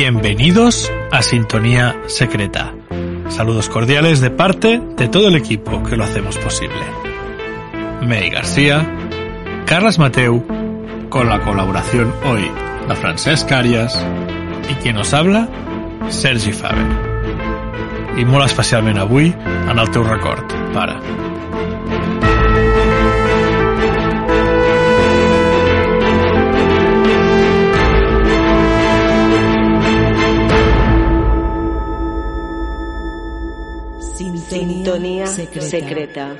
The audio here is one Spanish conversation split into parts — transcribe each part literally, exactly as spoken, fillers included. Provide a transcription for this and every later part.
Bienvenidos a Sintonía Secreta. Saludos cordiales de parte de todo el equipo que lo hacemos posible. Mei García, Carles Mateu, con la colaboración hoy de Francesc Arias i qui nos habla, Sergi Faber. I molt especialment avui en el teu record, pare. Sintonía secreta.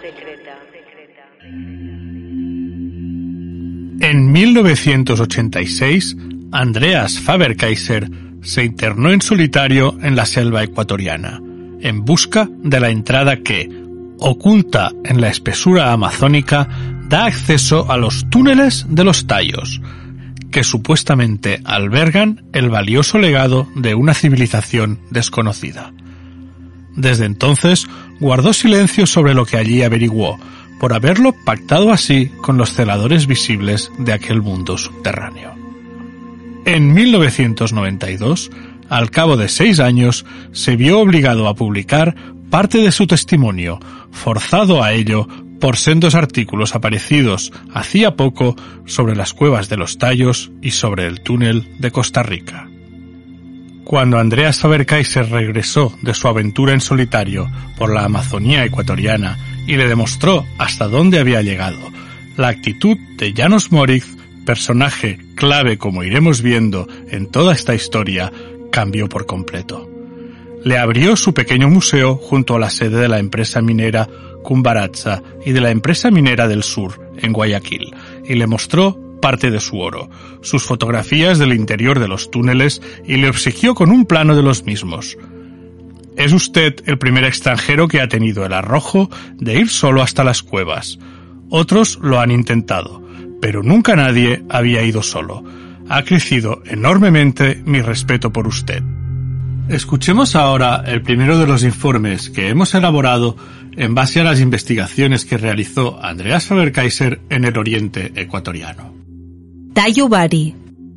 En mil novecientos ochenta y seis, Andreas Faber-Kayser se internó en solitario en la selva ecuatoriana, en busca de la entrada que, oculta en la espesura amazónica, da acceso a los túneles de los tallos, que supuestamente albergan el valioso legado de una civilización desconocida. Desde entonces guardó silencio sobre lo que allí averiguó, por haberlo pactado así con los celadores visibles de aquel mundo subterráneo. En mil novecientos noventa y dos, al cabo de seis años, se vio obligado a publicar parte de su testimonio, forzado a ello por sendos artículos aparecidos hacía poco sobre las cuevas de los tallos y sobre el túnel de Costa Rica. Cuando Andreas Faber-Kayser regresó de su aventura en solitario por la Amazonía ecuatoriana y le demostró hasta dónde había llegado, la actitud de János Moriz, personaje clave como iremos viendo en toda esta historia, cambió por completo. Le abrió su pequeño museo junto a la sede de la empresa minera Cumbaratza y de la empresa minera del Sur, en Guayaquil, y le mostró parte de su oro, sus fotografías del interior de los túneles y le obsequió con un plano de los mismos. Es usted el primer extranjero que ha tenido el arrojo de ir solo hasta las cuevas. Otros lo han intentado, pero nunca nadie había ido solo. Ha crecido enormemente mi respeto por usted. Escuchemos ahora el primero de los informes que hemos elaborado en base a las investigaciones que realizó Andreas Faber-Kayser en el oriente ecuatoriano. Tallo Bari.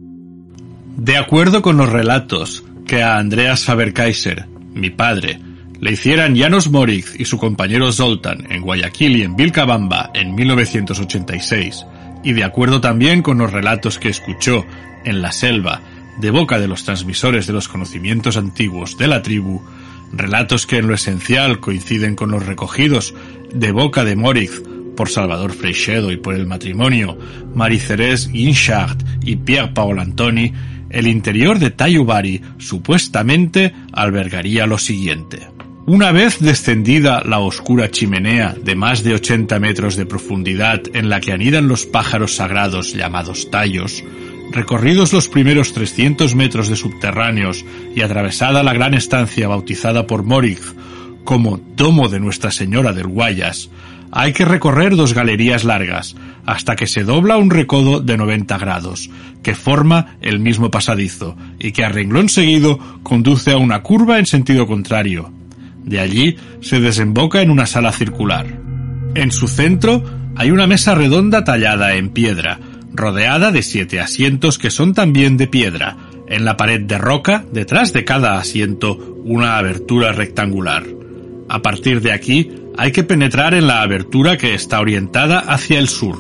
De acuerdo con los relatos que a Andreas Faber-Kayser, mi padre, le hicieran János Moriz y su compañero Zoltán en Guayaquil y en Vilcabamba en mil novecientos ochenta y seis, y de acuerdo también con los relatos que escuchó en la selva de boca de los transmisores de los conocimientos antiguos de la tribu, relatos que en lo esencial coinciden con los recogidos de boca de Moriz por Salvador Freixedo y por el matrimonio Marie-Thérèse Guinchard y Pierre-Paul Antoni, el interior de Tallo Bari supuestamente albergaría lo siguiente. Una vez descendida la oscura chimenea de más de ochenta metros de profundidad en la que anidan los pájaros sagrados llamados tallos, recorridos los primeros trescientos metros de subterráneos y atravesada la gran estancia bautizada por Moriz como Domo de Nuestra Señora del Guayas, hay que recorrer dos galerías largas, hasta que se dobla un recodo de noventa grados, que forma el mismo pasadizo, y que a renglón seguido conduce a una curva en sentido contrario. De allí se desemboca en una sala circular. En su centro hay una mesa redonda tallada en piedra, rodeada de siete asientos que son también de piedra. En la pared de roca, detrás de cada asiento, una abertura rectangular. A partir de aquí, hay que penetrar en la abertura que está orientada hacia el sur.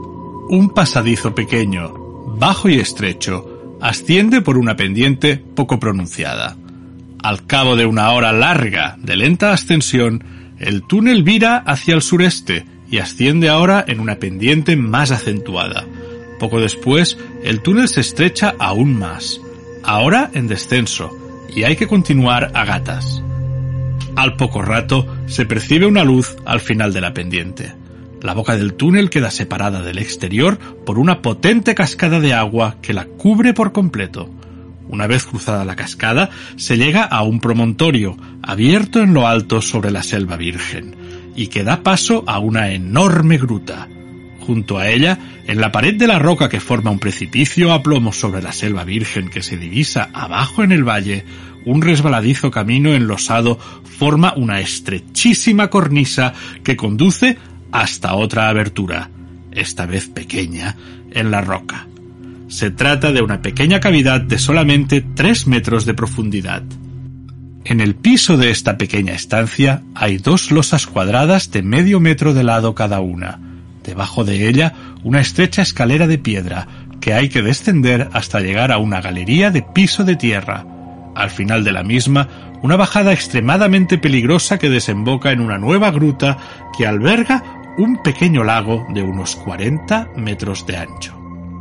Un pasadizo pequeño, bajo y estrecho, asciende por una pendiente poco pronunciada. Al cabo de una hora larga de lenta ascensión, el túnel vira hacia el sureste y asciende ahora en una pendiente más acentuada. Poco después, el túnel se estrecha aún más, ahora en descenso, y hay que continuar a gatas. Al poco rato se percibe una luz al final de la pendiente. La boca del túnel queda separada del exterior por una potente cascada de agua que la cubre por completo. Una vez cruzada la cascada, se llega a un promontorio abierto en lo alto sobre la selva virgen y que da paso a una enorme gruta. Junto a ella, en la pared de la roca que forma un precipicio a plomo sobre la selva virgen que se divisa abajo en el valle, un resbaladizo camino enlosado forma una estrechísima cornisa que conduce hasta otra abertura, esta vez pequeña, en la roca. Se trata de una pequeña cavidad de solamente tres metros de profundidad. En el piso de esta pequeña estancia hay dos losas cuadradas de medio metro de lado cada una. Debajo de ella, una estrecha escalera de piedra que hay que descender hasta llegar a una galería de piso de tierra. Al final de la misma, una bajada extremadamente peligrosa que desemboca en una nueva gruta que alberga un pequeño lago de unos cuarenta metros de ancho.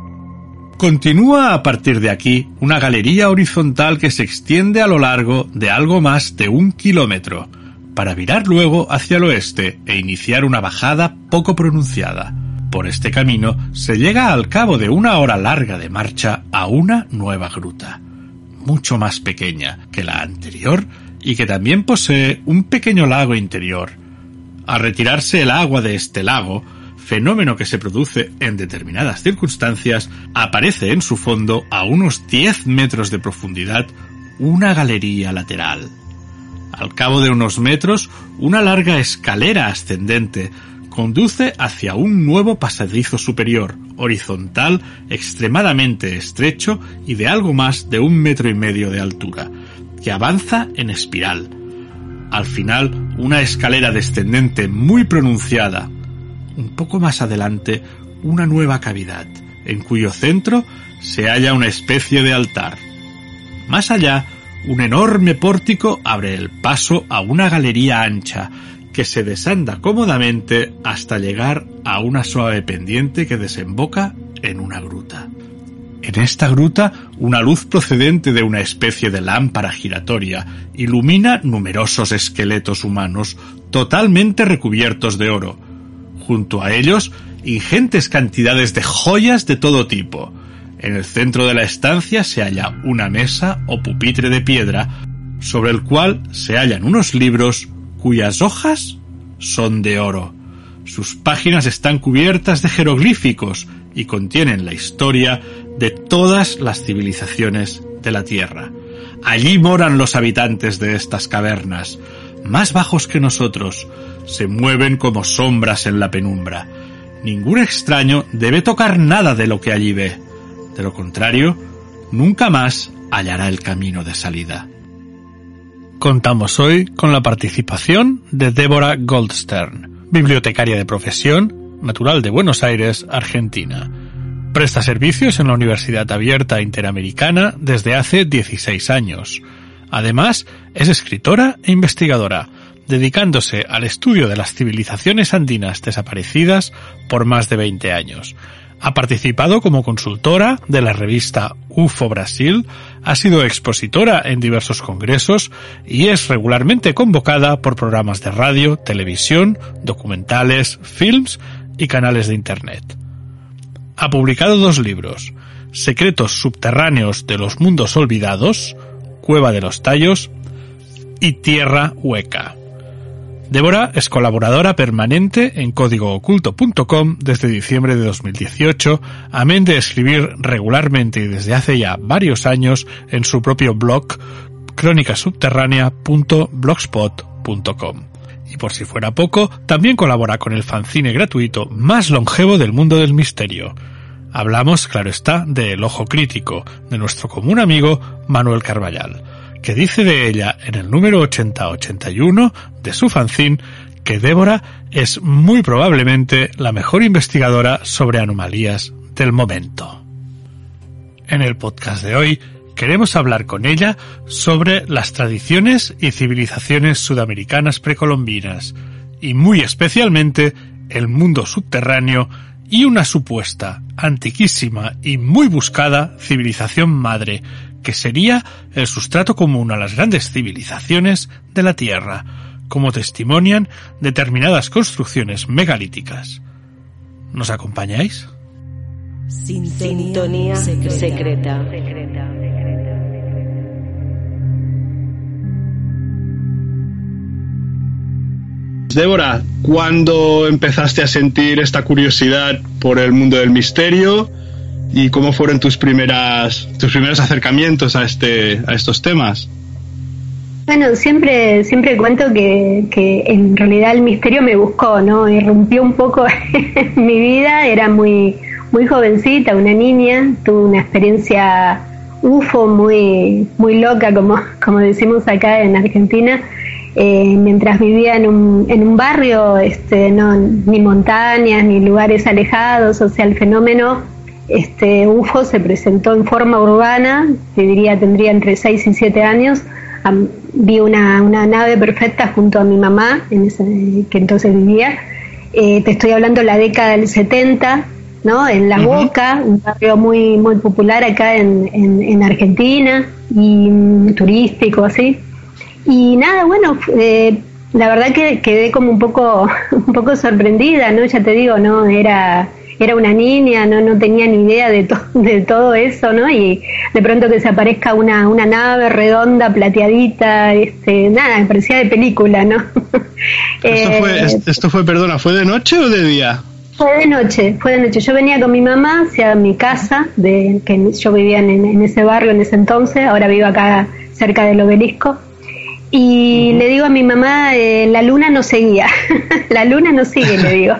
Continúa a partir de aquí una galería horizontal que se extiende a lo largo de algo más de un kilómetro, para virar luego hacia el oeste e iniciar una bajada poco pronunciada. Por este camino se llega al cabo de una hora larga de marcha a una nueva gruta, mucho más pequeña que la anterior y que también posee un pequeño lago interior. Al retirarse el agua de este lago, fenómeno que se produce en determinadas circunstancias, aparece en su fondo, a unos diez metros de profundidad, una galería lateral. Al cabo de unos metros, una larga escalera ascendente conduce hacia un nuevo pasadizo superior, horizontal, extremadamente estrecho y de algo más de un metro y medio de altura, que avanza en espiral. Al final, una escalera descendente muy pronunciada. Un poco más adelante, una nueva cavidad, en cuyo centro se halla una especie de altar. Más allá, un enorme pórtico abre el paso a una galería ancha, que se desanda cómodamente hasta llegar a una suave pendiente que desemboca en una gruta. En esta gruta, una luz procedente de una especie de lámpara giratoria ilumina numerosos esqueletos humanos totalmente recubiertos de oro. Junto a ellos, ingentes cantidades de joyas de todo tipo. En el centro de la estancia se halla una mesa o pupitre de piedra, sobre el cual se hallan unos libros cuyas hojas son de oro. Sus páginas están cubiertas de jeroglíficos y contienen la historia de todas las civilizaciones de la Tierra. Allí moran los habitantes de estas cavernas, más bajos que nosotros, se mueven como sombras en la penumbra. Ningún extraño debe tocar nada de lo que allí ve. De lo contrario, nunca más hallará el camino de salida. Contamos hoy con la participación de Deborah Goldstern, bibliotecaria de profesión, natural de Buenos Aires, Argentina. Presta servicios en la Universidad Abierta Interamericana desde hace dieciséis años. Además, es escritora e investigadora, dedicándose al estudio de las civilizaciones andinas desaparecidas por más de veinte años. Ha participado como consultora de la revista U F O Brasil, ha sido expositora en diversos congresos y es regularmente convocada por programas de radio, televisión, documentales, films y canales de internet. Ha publicado dos libros: Secretos subterráneos de los mundos olvidados, Cueva de los Tallos y Tierra Hueca. Deborah es colaboradora permanente en código oculto punto com desde diciembre de dos mil dieciocho, amén de escribir regularmente y desde hace ya varios años en su propio blog crónica subterránea punto blogspot punto com. Y por si fuera poco, también colabora con el fanzine gratuito más longevo del mundo del misterio. Hablamos, claro está, de El Ojo Crítico, de nuestro común amigo Manuel Carballal, que dice de ella en el número ochenta ochenta y uno de su fanzine que Deborah es muy probablemente la mejor investigadora sobre anomalías del momento. En el podcast de hoy queremos hablar con ella sobre las tradiciones y civilizaciones sudamericanas precolombinas y muy especialmente el mundo subterráneo y una supuesta, antiquísima y muy buscada civilización madre que sería el sustrato común a las grandes civilizaciones de la Tierra, como testimonian determinadas construcciones megalíticas. ¿Nos acompañáis? Sintonía secreta. Deborah, ¿cuándo empezaste a sentir esta curiosidad por el mundo del misterio? ¿Y cómo fueron tus primeras tus primeros acercamientos a este a estos temas? Bueno, siempre siempre cuento que, que en realidad el misterio me buscó, ¿no? Irrumpió un poco en mi vida, era muy muy jovencita, una niña, tuve una experiencia U F O muy, muy loca, como, como decimos acá en Argentina. Eh, mientras vivía en un, en un barrio, este, no, ni montañas, ni lugares alejados, o sea, el fenómeno este, U F O se presentó en forma urbana, te diría, tendría entre seis y siete años. Um, vi una, una nave perfecta junto a mi mamá, en ese, que entonces vivía. Eh, te estoy hablando de la década del setenta, ¿no? En La Boca, uh-huh. un barrio muy, muy popular acá en, en, en Argentina, y um, turístico, así. Y nada, bueno, eh, la verdad que quedé como un poco un poco sorprendida, ¿no? Ya te digo, no era era una niña, no no tenía ni idea de todo de todo eso, ¿no? Y de pronto que se aparezca una una nave redonda, plateadita, este, nada, me parecía de película, ¿no? Esto eh, fue esto fue, perdona, ¿fue de noche o de día? Fue de noche, fue de noche. Yo venía con mi mamá hacia mi casa, de que yo vivía en, en ese barrio en ese entonces, ahora vivo acá cerca del Obelisco. Y uh-huh. le digo a mi mamá, eh, la luna no seguía, la luna no sigue, le digo.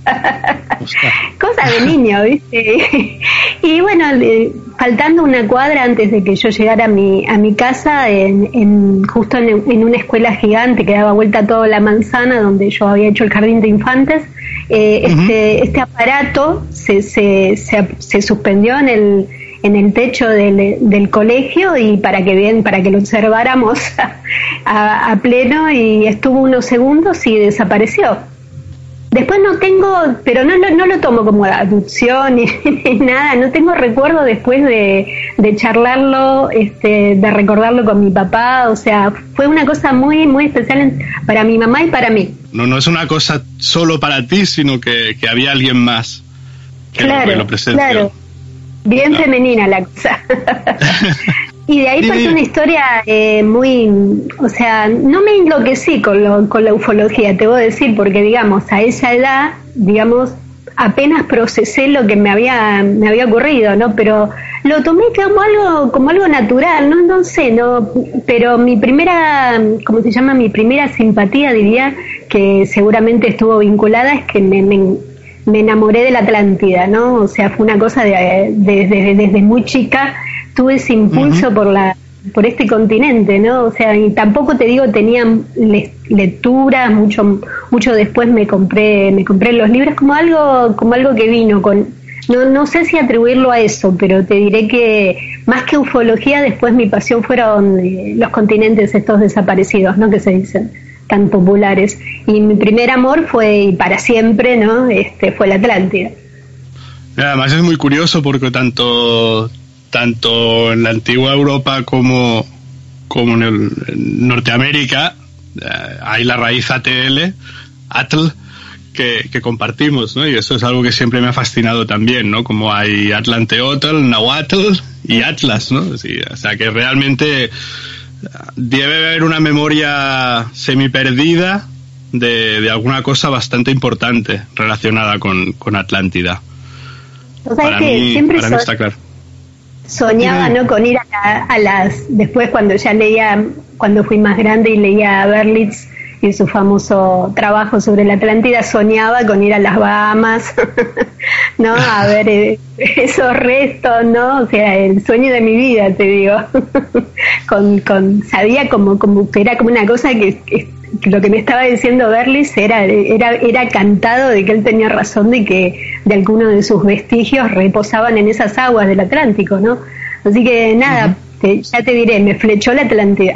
Cosa de niño, ¿viste? Y bueno, eh, faltando una cuadra antes de que yo llegara a mi, a mi casa, en, en, justo en, en una escuela gigante que daba vuelta a toda la manzana, donde yo había hecho el jardín de infantes, eh, uh-huh. este, este aparato se, se, se, se suspendió en el... en el techo del, del colegio, y para que bien, para que lo observáramos a, a, a pleno, y estuvo unos segundos y desapareció. Después no tengo, pero no, no, no lo tomo como abducción ni, ni nada, no tengo recuerdo después de, de charlarlo, este, de recordarlo con mi papá, o sea, fue una cosa muy, muy especial en, para mi mamá y para mí. No, no es una cosa solo para ti, sino que, que había alguien más que claro, lo, que lo presenció. Claro. Bien no. femenina la cosa. Y de ahí pasó una historia eh, muy, o sea, no me enloquecí con, lo, con la ufología, te voy a decir, porque digamos, a esa edad, digamos, apenas procesé lo que me había me había ocurrido, ¿no? Pero lo tomé como algo como algo natural, no no sé, no, pero mi primera, ¿cómo se llama? Mi primera simpatía, diría, que seguramente estuvo vinculada, es que me, me me enamoré de la Atlántida, ¿no? O sea, fue una cosa de, de, de desde muy chica tuve ese impulso uh-huh. por la por este continente, ¿no? O sea, y tampoco te digo tenía le, lecturas, mucho mucho después me compré me compré los libros como algo como algo que vino con no no sé si atribuirlo a eso, pero te diré que más que ufología, después mi pasión fueron eh, los continentes estos desaparecidos, ¿no? Que se dicen tan populares, y mi primer amor fue, y para siempre, ¿no? Este fue la Atlántida. Además es muy curioso porque tanto tanto en la antigua Europa como como en, el, en Norteamérica eh, hay la raíz A T L, Atl, que, que compartimos, ¿no? Y eso es algo que siempre me ha fascinado también, ¿no? Como hay Atlanteotl, Nahuatl y Atlas, ¿no? Sí, o sea que realmente debe haber una memoria semiperdida de, de alguna cosa bastante importante relacionada con, con Atlántida. O sea, para que mí, siempre para so- mí está claro. Soñaba, ¿no? Con ir a, la, a las... Después cuando ya leía, cuando fui más grande y leía a Berlitz y su famoso trabajo sobre la Atlántida, soñaba con ir a las Bahamas, ¿no? A ver eh, esos restos, ¿no? O sea, el sueño de mi vida, te digo. con, con sabía como, como que era como una cosa que, que, que lo que me estaba diciendo Berlitz era, era, era cantado de que él tenía razón de que de algunos de sus vestigios reposaban en esas aguas del Atlántico, ¿no? Así que nada, uh-huh. te, ya te diré, me flechó la Atlántida.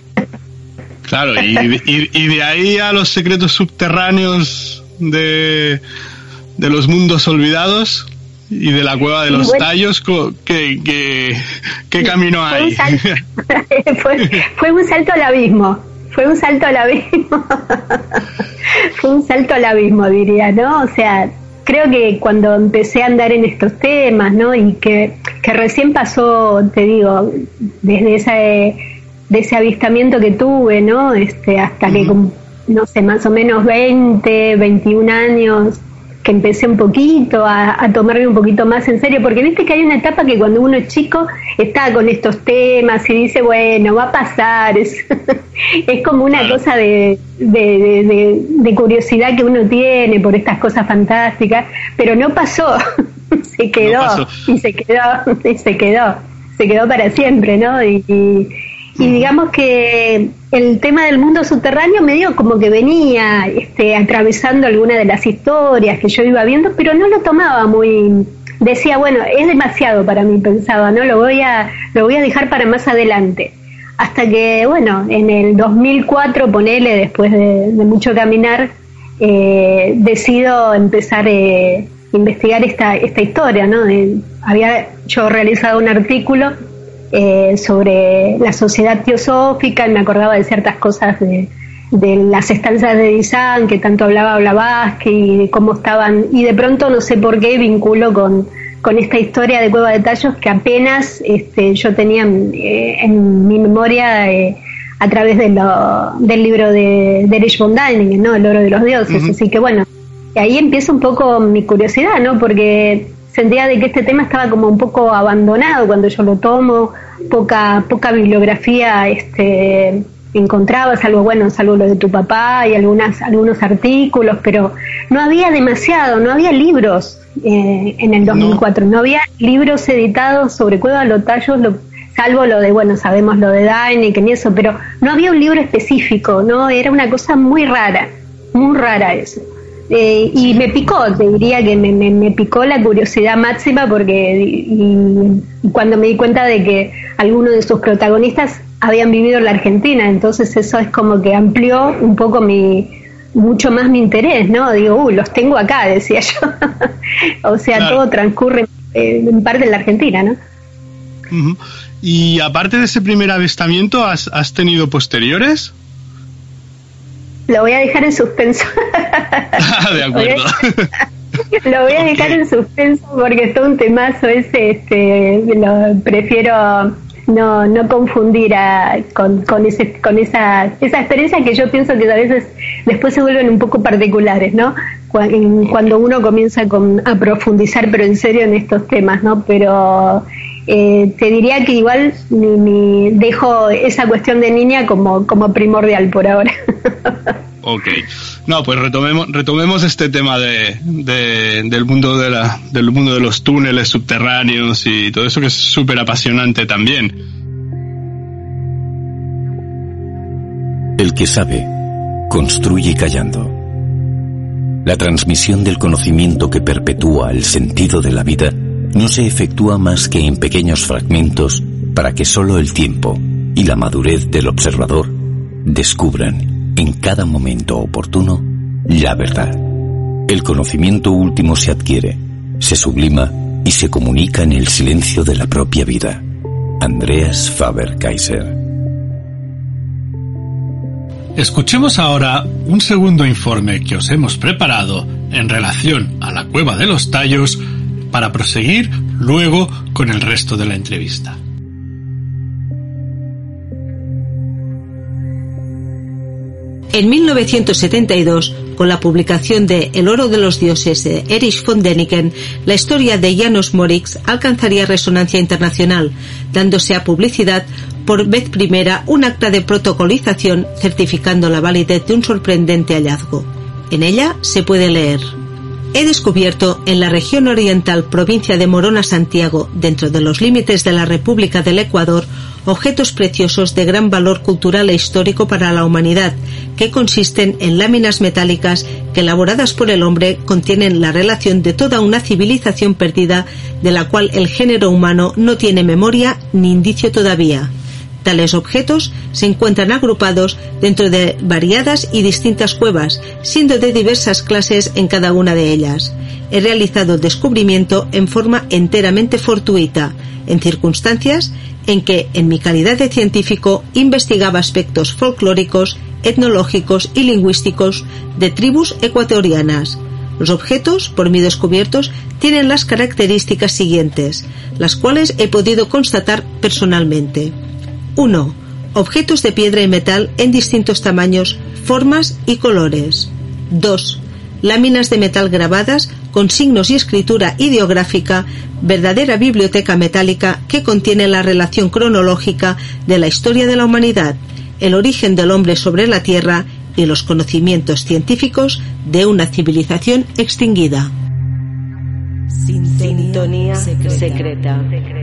Claro, y, y, y de ahí a los secretos subterráneos de, de los mundos olvidados y de la cueva de los bueno, tallos, ¿qué, qué, qué camino hay? Fue un, salto, fue, fue un salto al abismo, fue un salto al abismo, fue un salto al abismo, diría, ¿no? O sea, creo que cuando empecé a andar en estos temas, ¿no? Y que, que recién pasó, te digo, desde esa... Eh, de ese avistamiento que tuve, ¿no? Este, hasta uh-huh. que, no sé, más o menos veinte, veintiún años, que empecé un poquito a, a tomarme un poquito más en serio, porque viste que hay una etapa que cuando uno es chico está con estos temas y dice, bueno, va a pasar, es, es como una cosa de, de, de, de, de curiosidad que uno tiene por estas cosas fantásticas, pero no pasó, se quedó, no pasó. y se quedó, y se quedó, se quedó para siempre, ¿no? Y, y, y digamos que el tema del mundo subterráneo medio como que venía este, atravesando alguna de las historias que yo iba viendo, pero no lo tomaba muy... Decía, bueno, es demasiado para mí, pensaba, ¿no? Lo voy a, lo voy a dejar para más adelante. Hasta que, bueno, en el dos mil cuatro, ponele, después de, de mucho caminar, eh, decido empezar eh, a investigar esta, esta historia, ¿no? Eh, había yo realizado un artículo Eh, sobre la sociedad teosófica y me acordaba de ciertas cosas de, de las estancias de Dizan que tanto hablaba Blavatsky y de cómo estaban, y de pronto no sé por qué vinculo con, con esta historia de Cueva de Tallos que apenas este, yo tenía eh, en mi memoria eh, a través de lo, del libro de, de Erich von Däniken, ¿no? El oro de los dioses. Uh-huh. Así que bueno, ahí empieza un poco mi curiosidad, ¿no? Porque sentía de que este tema estaba como un poco abandonado cuando yo lo tomo, poca poca bibliografía este encontraba, salvo bueno, salvo lo de tu papá y algunas algunos artículos, pero no había demasiado, no había libros eh, en el dos mil cuatro, no. no había libros editados sobre Cueva de los Tallos, lo, salvo lo de, bueno, sabemos lo de Däniken y eso, pero no había un libro específico, ¿no? Era una cosa muy rara, muy rara eso. Eh, y me picó, te diría que me, me, me picó la curiosidad máxima porque y, y cuando me di cuenta de que algunos de sus protagonistas habían vivido en la Argentina, entonces eso es como que amplió un poco mi, mucho más mi interés, ¿no? Digo, uy, los tengo acá, decía yo. O sea, claro. Todo transcurre eh, en parte en la Argentina, ¿no? Uh-huh. Y aparte de ese primer avistamiento, ¿has, has tenido posteriores? Lo voy a dejar en suspenso. De acuerdo. Lo voy a dejar okay. en suspenso porque es todo un temazo ese, este, lo prefiero no no confundir a, con con ese con esa esa experiencia que yo pienso que a veces después se vuelven un poco particulares, ¿no? Cuando uno comienza con, a profundizar, pero en serio en estos temas, ¿no? Pero eh, te diría que igual mi, mi, dejo esa cuestión de niña como como primordial por ahora. Ok, no, pues retomemos retomemos este tema de, de del mundo de la del mundo de los túneles subterráneos y todo eso que es súper apasionante también. El que sabe construye callando. La transmisión del conocimiento que perpetúa el sentido de la vida no se efectúa más que en pequeños fragmentos para que solo el tiempo y la madurez del observador descubran en cada momento oportuno la verdad. El conocimiento último se adquiere, se sublima y se comunica en el silencio de la propia vida. Andreas Faber-Kaiser. Escuchemos ahora un segundo informe que os hemos preparado en relación a la Cueva de los Tallos para proseguir luego con el resto de la entrevista. En mil novecientos setenta y dos, con la publicación de El oro de los dioses de Erich von Däniken, la historia de János Moritz alcanzaría resonancia internacional, dándose a publicidad por vez primera un acta de protocolización certificando la validez de un sorprendente hallazgo. En ella se puede leer: he descubierto en la región oriental provincia de Morona Santiago, dentro de los límites de la República del Ecuador, objetos preciosos de gran valor cultural e histórico para la humanidad, que consisten en láminas metálicas que, elaboradas por el hombre, contienen la relación de toda una civilización perdida, de la cual el género humano no tiene memoria ni indicio todavía. Tales objetos se encuentran agrupados dentro de variadas y distintas cuevas, siendo de diversas clases en cada una de ellas. He realizado el descubrimiento en forma enteramente fortuita, en circunstancias en que, en mi calidad de científico, investigaba aspectos folclóricos, etnológicos y lingüísticos de tribus ecuatorianas. Los objetos, por mí descubiertos, tienen las características siguientes, las cuales he podido constatar personalmente. uno. Objetos de piedra y metal en distintos tamaños, formas y colores. dos. láminas de metal grabadas con signos y escritura ideográfica, verdadera biblioteca metálica que contiene la relación cronológica de la historia de la humanidad, el origen del hombre sobre la Tierra y los conocimientos científicos de una civilización extinguida. Sintonía secreta.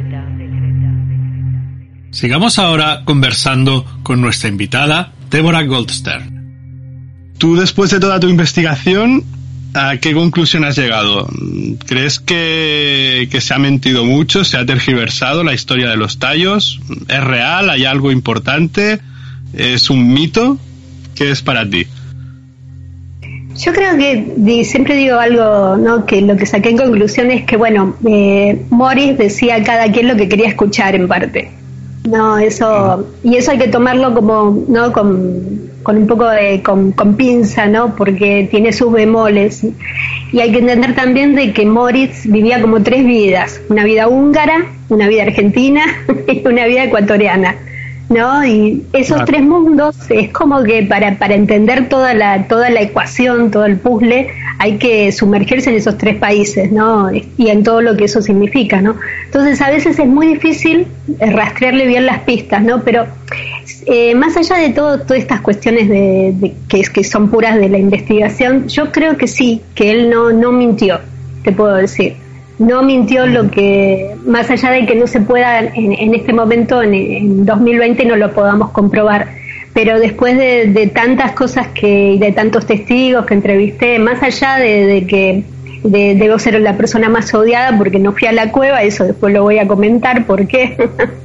Sigamos ahora conversando con nuestra invitada, Deborah Goldstern. Tú, después de toda tu investigación, ¿a qué conclusión has llegado? ¿Crees que, que se ha mentido mucho, se ha tergiversado la historia de los tallos? ¿Es real? ¿Hay algo importante? ¿Es un mito? ¿Qué es para ti? Yo creo que siempre digo algo, ¿no? Que lo que saqué en conclusión es que, bueno, eh, Morris decía a cada quien lo que quería escuchar en parte. No, eso, y eso hay que tomarlo como, ¿no? Con, con un poco de, con, con pinza, ¿no? Porque tiene sus bemoles. Y hay que entender también de que Moritz vivía como tres vidas: una vida húngara, una vida argentina y una vida ecuatoriana, ¿no? Y esos tres mundos es como que para, para entender toda la, toda la ecuación, todo el puzzle, hay que sumergirse en esos tres países, ¿no? Y en todo lo que eso significa, ¿no? Entonces a veces es muy difícil rastrearle bien las pistas, ¿no? Pero eh, más allá de todo, todas estas cuestiones de, de que, que son puras de la investigación, yo creo que sí, que él no, no mintió, te puedo decir. No mintió, lo que, más allá de que no se pueda en, en este momento, en, en dos mil veinte, no lo podamos comprobar. Pero después de, de tantas cosas que, y de tantos testigos que entrevisté, más allá de, de que de, debo ser la persona más odiada porque no fui a la cueva, eso después lo voy a comentar por qué.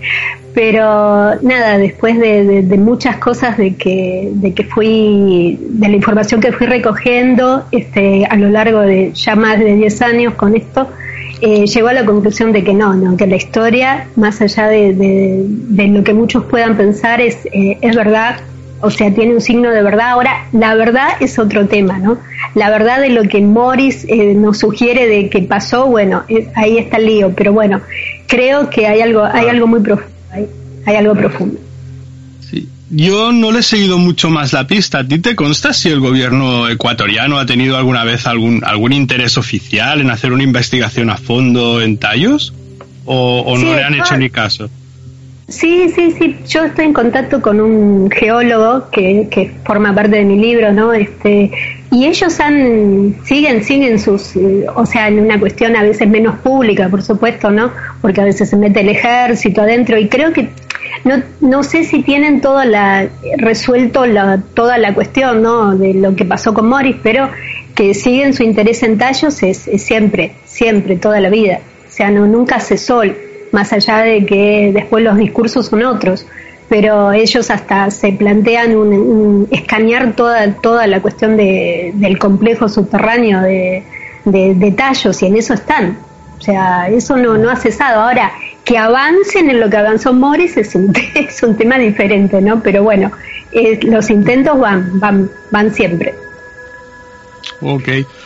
Pero nada, después de, de, de muchas cosas de que, de que fui, de la información que fui recogiendo este, a lo largo de ya más de diez años con esto, Eh, llegó a la conclusión de que no, no, que la historia, más allá de, de, de lo que muchos puedan pensar, es, eh, es verdad, o sea, tiene un signo de verdad. Ahora, la verdad es otro tema, ¿no? La verdad de lo que Morris eh, nos sugiere de que pasó, bueno, eh, ahí está el lío, pero bueno, creo que hay algo, hay algo muy profundo, hay, hay algo profundo. Sí. Yo no le he seguido mucho más la pista. ¿A ti te consta si el gobierno ecuatoriano ha tenido alguna vez algún algún interés oficial en hacer una investigación a fondo en tallos? ¿O, o sí, no le han hecho ni caso? Sí, sí, sí. Yo estoy en contacto con un geólogo que, que forma parte de mi libro, ¿no? Este, y ellos han siguen siguen sus, o sea, en una cuestión a veces menos pública, por supuesto, ¿no? Porque a veces se mete el ejército adentro y creo que no no sé si tienen toda la resuelto la toda la cuestión, ¿no? De lo que pasó con Morris, pero que siguen su interés en tallos es, es siempre, siempre, toda la vida. O sea, no nunca cesó, más allá de que después los discursos son otros, pero ellos hasta se plantean un, un escanear toda toda la cuestión de, del complejo subterráneo de, de, de tallos, y en eso están. O sea, eso no, no ha cesado. Ahora, que avancen en lo que avanzó Morris es un, es un tema diferente, ¿no? Pero bueno, eh, los intentos van, van, van siempre. Ok.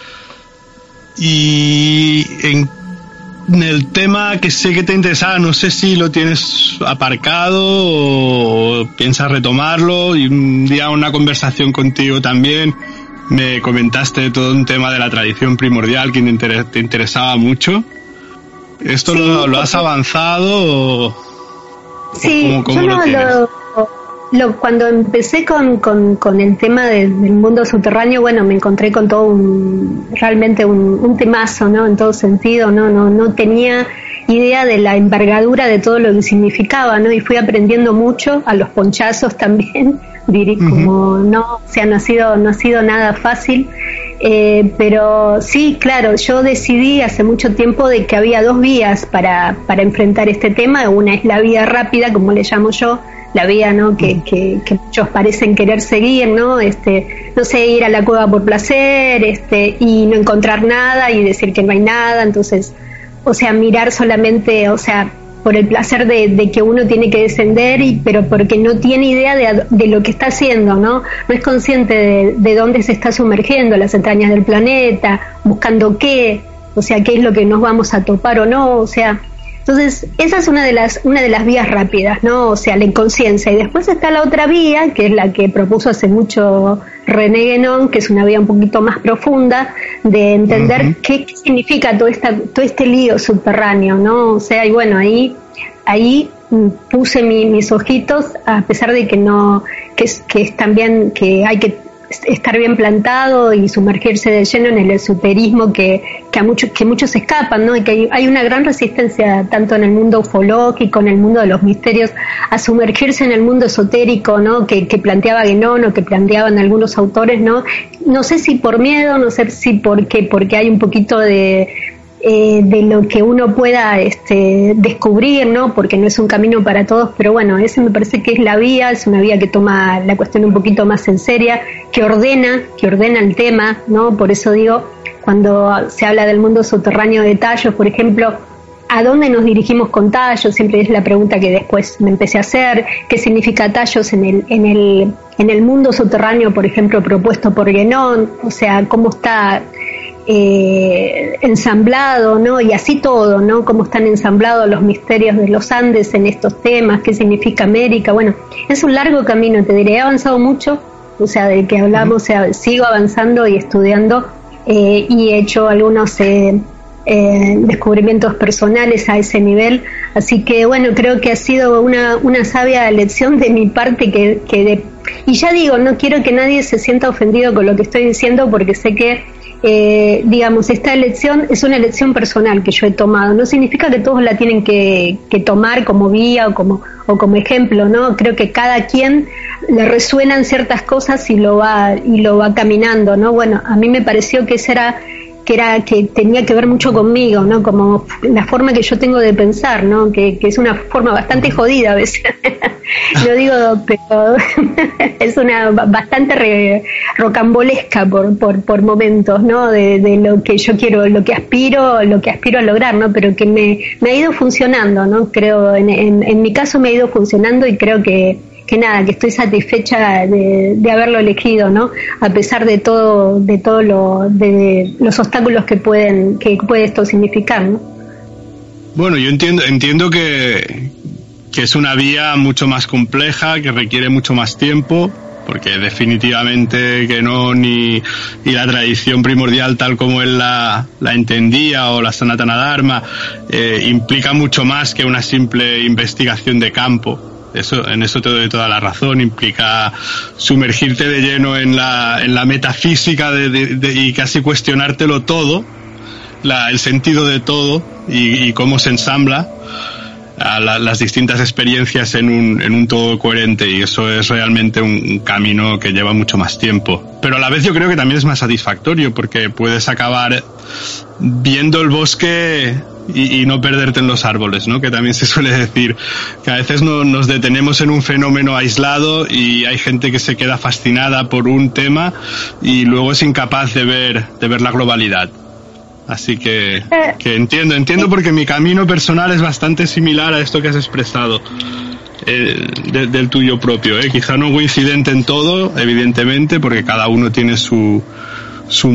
Y en En el tema que sé que te interesaba, no sé si lo tienes aparcado o piensas retomarlo, y un día una conversación contigo también me comentaste todo un tema de la tradición primordial que te interesaba mucho. ¿Esto sí, lo, lo has avanzado o, sí, o cómo, cómo yo lo no tienes? Lo, lo, cuando empecé con, con, con el tema de, del mundo subterráneo, bueno, me encontré con todo un, realmente un, un temazo, ¿no? En todo sentido, ¿no? No, no tenía idea de la envergadura de todo lo que significaba, ¿no? Y fui aprendiendo mucho, a los ponchazos también, diría, uh-huh. como no, o sea, no ha sido, no ha sido nada fácil. Eh, pero sí, claro, yo decidí hace mucho tiempo de que había dos vías para, para enfrentar este tema. Una es la vía rápida, como le llamo yo, la vía, ¿no? que, que, que muchos parecen querer seguir, ¿no? Este, no sé, ir a la cueva por placer, este, y no encontrar nada y decir que no hay nada. Entonces, o sea, mirar solamente, o sea, por el placer de, de que uno tiene que descender, y pero porque no tiene idea de, de lo que está haciendo, ¿no? No es consciente de, de dónde se está sumergiendo, las entrañas del planeta, buscando qué, o sea, qué es lo que nos vamos a topar o no, o sea, Entonces, esa es una de las una de las vías rápidas, ¿no? O sea, la inconsciencia. Y después está la otra vía, que es la que propuso hace mucho René Guénon, que es una vía un poquito más profunda, de entender uh-huh. qué, qué significa todo, esta, todo este lío subterráneo, ¿no? O sea, y bueno, ahí ahí puse mi, mis ojitos, a pesar de que no, que es, que es también, que hay que estar bien plantado y sumergirse de lleno en el esoterismo que, que a muchos que muchos escapan, ¿no? Y que hay, hay una gran resistencia tanto en el mundo ufológico, en el mundo de los misterios, a sumergirse en el mundo esotérico, ¿no? Que, que planteaba Guénon o que planteaban algunos autores, ¿no? No sé si por miedo, no sé si porque porque hay un poquito de Eh, de lo que uno pueda este, descubrir, ¿no? Porque no es un camino para todos, pero bueno, ese me parece que es la vía, es una vía que toma la cuestión un poquito más en seria, que ordena, que ordena el tema, ¿no? Por eso digo, cuando se habla del mundo subterráneo de Tallos, por ejemplo, ¿a dónde nos dirigimos con Tallos? Siempre es la pregunta que después me empecé a hacer. ¿Qué significa Tallos en el, en el, en el mundo subterráneo, por ejemplo, propuesto por Guénon? O sea, ¿cómo está Eh, ensamblado, ¿no? Y así todo, ¿no? Cómo están ensamblados los misterios de los Andes en estos temas, qué significa América. Bueno, es un largo camino, te diré, he avanzado mucho, o sea, de que hablamos, o sea, sigo avanzando y estudiando, eh, y he hecho algunos eh, eh, descubrimientos personales a ese nivel, así que bueno, creo que ha sido una, una sabia elección de mi parte que, que de, y ya digo, no quiero que nadie se sienta ofendido con lo que estoy diciendo, porque sé que Eh, digamos, esta elección es una elección personal que yo he tomado. No significa que todos la tienen que, que tomar como guía o como, o como ejemplo, ¿no? Creo que cada quien le resuenan ciertas cosas y lo va, y lo va caminando, ¿no? Bueno, a mí me pareció que esa era, que era, que tenía que ver mucho conmigo, ¿no? Como la forma que yo tengo de pensar, ¿no? Que, que es una forma bastante jodida a veces. Lo digo, pero es una bastante re, rocambolesca por, por, por momentos, ¿no? De, de lo que yo quiero, lo que aspiro, lo que aspiro a lograr, ¿no? Pero que me, me ha ido funcionando, ¿no? Creo, en, en, en mi caso me ha ido funcionando y creo que que nada, que estoy satisfecha de, de haberlo elegido, ¿no? A pesar de todo, de todo lo, de los obstáculos que pueden, que puede esto significar, ¿no? Bueno, yo entiendo, entiendo que, que es una vía mucho más compleja, que requiere mucho más tiempo, porque definitivamente Guénon y, y la tradición primordial tal como él la, la entendía, o la Sanatana Dharma, eh, implica mucho más que una simple investigación de campo. Eso, en eso te doy toda la razón, implica sumergirte de lleno en la, en la metafísica de, de, de, y casi cuestionártelo todo, la, el sentido de todo y, y cómo se ensambla a la, las distintas experiencias en un, en un todo coherente, y eso es realmente un, un camino que lleva mucho más tiempo. Pero a la vez yo creo que también es más satisfactorio, porque puedes acabar viendo el bosque y, y no perderte en los árboles, ¿no? Que también se suele decir que a veces no, nos detenemos en un fenómeno aislado y hay gente que se queda fascinada por un tema y luego es incapaz de ver, de ver la globalidad. Así que, que entiendo, entiendo porque mi camino personal es bastante similar a esto que has expresado, eh, de, del tuyo propio, eh. Quizá no coincidente en todo, evidentemente, porque cada uno tiene su, su,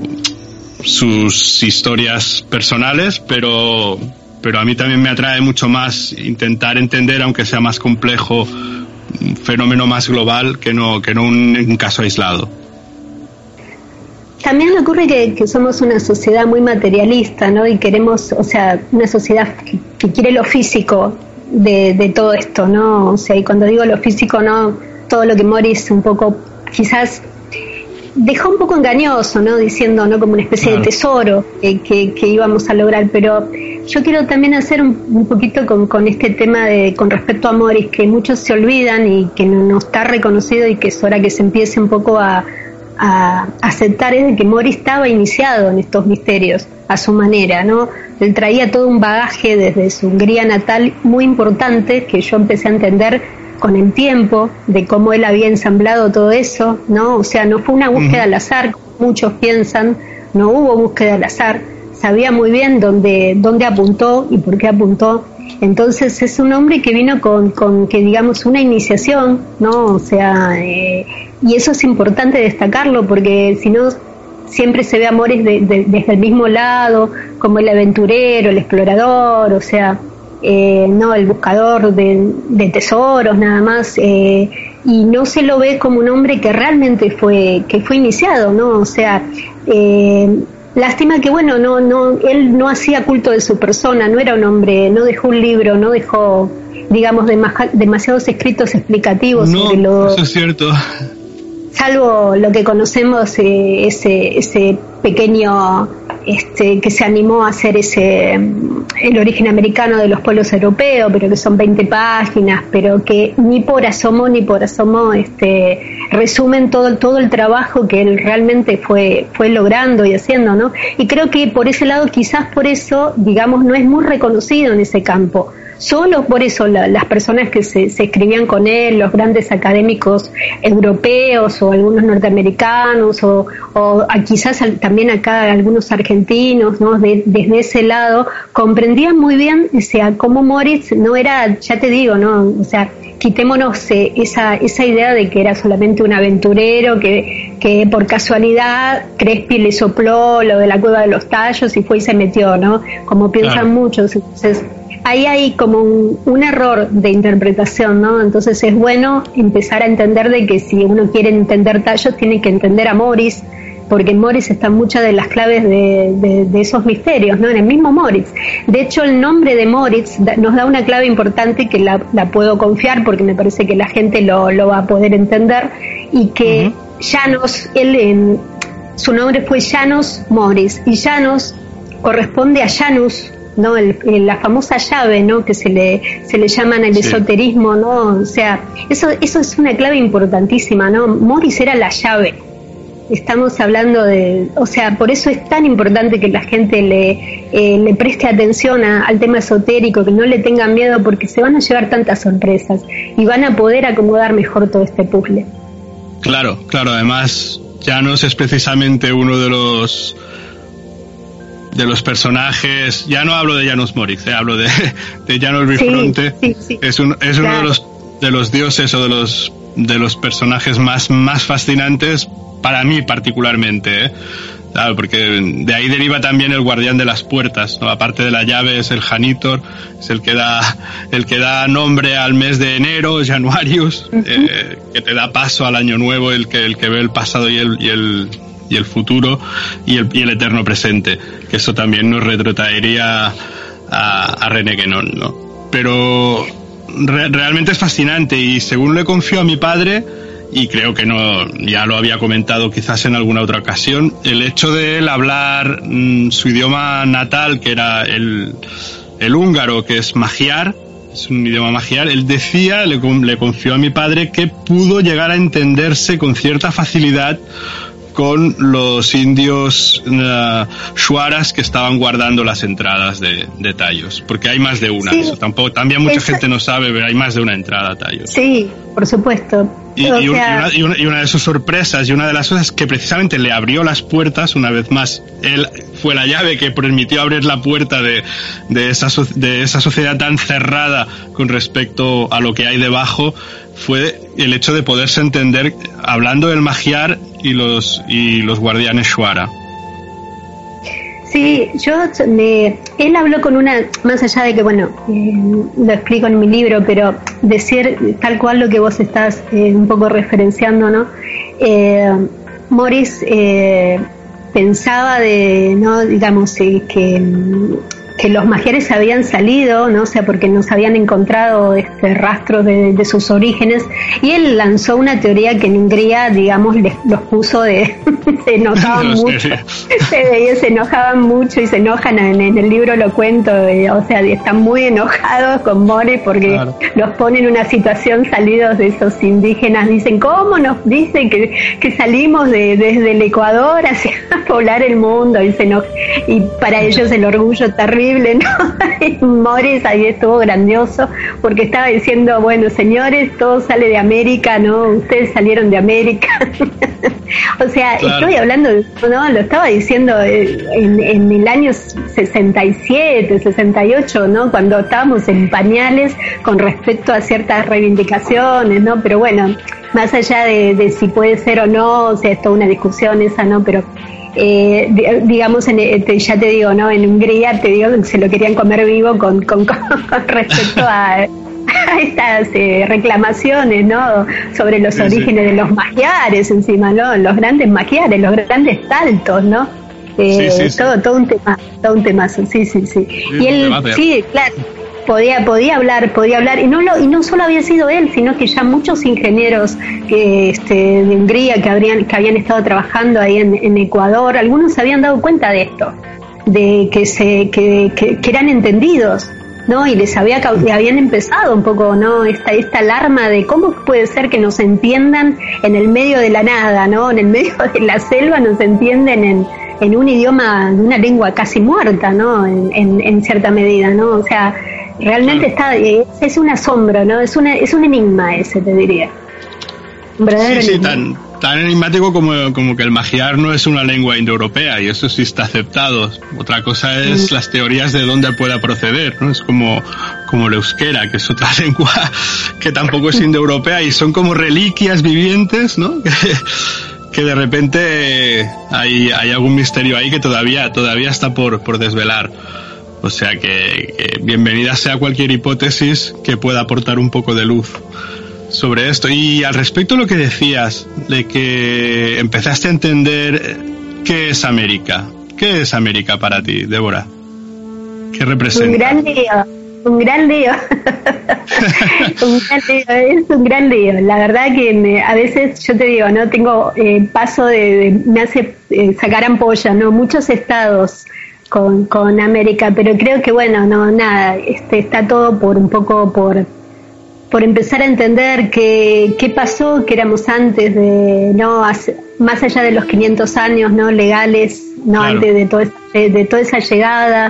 sus historias personales, pero, pero a mí también me atrae mucho más intentar entender, aunque sea más complejo, un fenómeno más global que no, que no un, un caso aislado. También me ocurre que, que somos una sociedad muy materialista, ¿no? Y queremos, o sea, una sociedad que, que quiere lo físico de, de todo esto, ¿no? O sea, y cuando digo lo físico, no todo lo que Morris un poco, quizás dejó un poco engañoso, ¿no? Diciendo, ¿no? Como una especie claro. de tesoro que, que, que íbamos a lograr. Pero yo quiero también hacer un, un poquito con, con este tema de, con respecto a Morris, que muchos se olvidan y que no, no está reconocido, y que es hora que se empiece un poco a a aceptar, es de que Morris estaba iniciado en estos misterios a su manera, ¿no? Él traía todo un bagaje desde su Hungría natal muy importante, que yo empecé a entender con el tiempo, de cómo él había ensamblado todo eso, ¿no? O sea, no fue una búsqueda uh-huh. al azar, como muchos piensan, no hubo búsqueda al azar, sabía muy bien dónde, dónde apuntó y por qué apuntó. Entonces es un hombre que vino con, con que digamos una iniciación, ¿no? O sea, eh, y eso es importante destacarlo, porque si no siempre se ve a Morris de, de, desde el mismo lado, como el aventurero, el explorador, o sea, eh, no el buscador de, de tesoros nada más, eh, y no se lo ve como un hombre que realmente fue que fue iniciado, ¿no? O sea, eh, lástima que bueno, no no él no hacía culto de su persona, no era un hombre, no dejó un libro, no dejó, digamos, dema- demasiados escritos explicativos no, sobre lo... eso es cierto. Salvo lo que conocemos, eh, ese ese pequeño este que se animó a hacer ese el origen americano de los pueblos europeos, pero que son veinte páginas, pero que ni por asomo ni por asomo este resumen todo todo el trabajo que él realmente fue fue logrando y haciendo, ¿no? Y creo que por ese lado, quizás por eso, digamos, no es muy reconocido en ese campo. Solo por eso la, las personas que se, se escribían con él, los grandes académicos europeos o algunos norteamericanos o, o a, quizás al, también acá algunos argentinos, ¿no? De, desde ese lado comprendían muy bien, o sea, cómo Moritz no era, ya te digo, ¿no? O sea, quitémonos eh, esa esa idea de que era solamente un aventurero que, que por casualidad Crespi le sopló lo de la cueva de los tallos y fue y se metió, ¿no? Como piensan claro. muchos. Entonces ahí hay como un, un error de interpretación, ¿no? Entonces es bueno empezar a entender de que si uno quiere entender tallos, tiene que entender a Moritz, porque en Moritz están muchas de las claves de, de, de esos misterios, ¿no? En el mismo Moritz. De hecho, el nombre de Moritz da, nos da una clave importante que la, la puedo confiar, porque me parece que la gente lo, lo va a poder entender, y que uh-huh. Janos, él en, su nombre fue Janos Moritz, y Janos corresponde a Janus, ¿no? El, el, la famosa llave, ¿no? Que se le se le llama en el sí. esoterismo, ¿no? O sea, eso eso es una clave importantísima, ¿no? Moritz era la llave. Estamos hablando de, o sea, por eso es tan importante que la gente le eh, le preste atención a, al tema esotérico, que no le tengan miedo, porque se van a llevar tantas sorpresas y van a poder acomodar mejor todo este puzzle. Claro, claro. Además, Janos es precisamente uno de los de los personajes, ya no hablo de Janos Moritz, eh, hablo de, de Janos Bifronte, sí, sí, sí. es, un, es claro. uno de los de los dioses o de los de los personajes más, más fascinantes para mí particularmente, ¿eh? Claro, porque de ahí deriva también el guardián de las puertas, ¿no? Aparte de la llave es el Janitor, es el que da el que da nombre al mes de enero, Januarius, uh-huh. eh, que te da paso al año nuevo, el que el que ve el pasado y el y el y el futuro y el, y el eterno presente, que eso también nos retrotraería a, a René Guénon, ¿no? Pero re, realmente es fascinante, y según le confío a mi padre, y creo que no, ya lo había comentado quizás en alguna otra ocasión, el hecho de él hablar mmm, su idioma natal, que era el, el húngaro, que es magiar, es un idioma magiar, él decía, le, le confió a mi padre, que pudo llegar a entenderse con cierta facilidad con los indios uh, shuaras que estaban guardando las entradas de, de Tallos, porque hay más de una, sí. Eso tampoco, también mucha Eso... gente no sabe, pero hay más de una entrada a Tallos. Sí, por supuesto. Y, y, sea... y, una, y, una, y una de sus sorpresas, y una de las cosas que precisamente le abrió las puertas, una vez más, él fue la llave que permitió abrir la puerta de, de, esa, de esa sociedad tan cerrada con respecto a lo que hay debajo, fue el hecho de poderse entender hablando del magiar y los y los guardianes Shuara. Sí, yo me, él habló con una, más allá de que, bueno, eh, lo explico en mi libro, pero decir tal cual lo que vos estás eh, un poco referenciando, ¿no? Eh, Moritz eh, pensaba de, no, digamos, eh, que que los magiares habían salido, ¿no? O sea, porque nos habían encontrado este rastros de, de sus orígenes, y él lanzó una teoría que en Hungría, digamos, les, los puso de se enojaban no mucho, se, se enojaban mucho y se enojan, en, en el libro lo cuento, eh, o sea, están muy enojados con Moritz porque claro. los ponen en una situación salidos de esos indígenas, dicen, ¿cómo nos dicen que, que salimos de, desde el Ecuador hacia poblar el mundo? Y, se enoja, y para ellos el orgullo terrible, ¿no? Moritz ahí estuvo grandioso porque estaba diciendo, bueno, señores, todo sale de América, ¿no? Ustedes salieron de América. O sea, claro. Estoy hablando, ¿no? Lo estaba diciendo en, en el año sesenta y siete, sesenta y ocho, ¿no? Cuando estábamos en pañales con respecto a ciertas reivindicaciones, ¿no? Pero bueno, más allá de, de si puede ser o no, o sea, es toda una discusión esa, ¿no? Pero eh, digamos, en, te, ya te digo, ¿no? En Hungría, te digo, se lo querían comer vivo con, con, con respecto a, a estas eh, reclamaciones, ¿no? Sobre los sí, orígenes sí. de los magiares encima, ¿no? Los grandes magiares, los grandes saltos, ¿no? Eh, sí, sí, sí. Todo, todo un tema, todo un temazo, sí, sí, sí. sí y él, sí, claro. Podía, podía hablar, podía hablar, y no lo, y no solo había sido él, sino que ya muchos ingenieros que este, de Hungría que habrían, que habían estado trabajando ahí en, en Ecuador, algunos se habían dado cuenta de esto, de que se, que, que, que eran entendidos, ¿no? Y les había, habían empezado un poco, ¿no? Esta, esta alarma de cómo puede ser que nos entiendan en el medio de la nada, ¿no? En el medio de la selva nos entienden en, en un idioma, en una lengua casi muerta, ¿no? En, en, en cierta medida, ¿no? O sea, realmente está, es, es un asombro, ¿no? Es una, es un enigma ese, te diría. Un verdadero sí, sí, enigma. tan, tan enigmático como, como que el magiar no es una lengua indoeuropea, y eso sí está aceptado. Otra cosa es mm. las teorías de dónde pueda proceder, ¿no? Es como, como el euskera, que es otra lengua que tampoco es indoeuropea, y son como reliquias vivientes, ¿no? Que, que de repente hay, hay algún misterio ahí que todavía, todavía está por, por desvelar. O sea que, que bienvenida sea cualquier hipótesis que pueda aportar un poco de luz sobre esto. Y al respecto de lo que decías, de que empezaste a entender qué es América. ¿Qué es América para ti, Débora? ¿Qué representa? Un gran lío, un gran lío. un gran lío, es un gran lío. La verdad que me, a veces, yo te digo, no tengo eh, paso de, de, me hace eh, sacar ampolla, ¿no? Muchos estados con, con América, pero creo que bueno, no, nada, este, está todo por un poco por, por empezar a entender qué, qué pasó, que éramos antes de, no, hace, más allá de los quinientos años, no, legales, no, claro. antes de, todo, de, de toda esa llegada,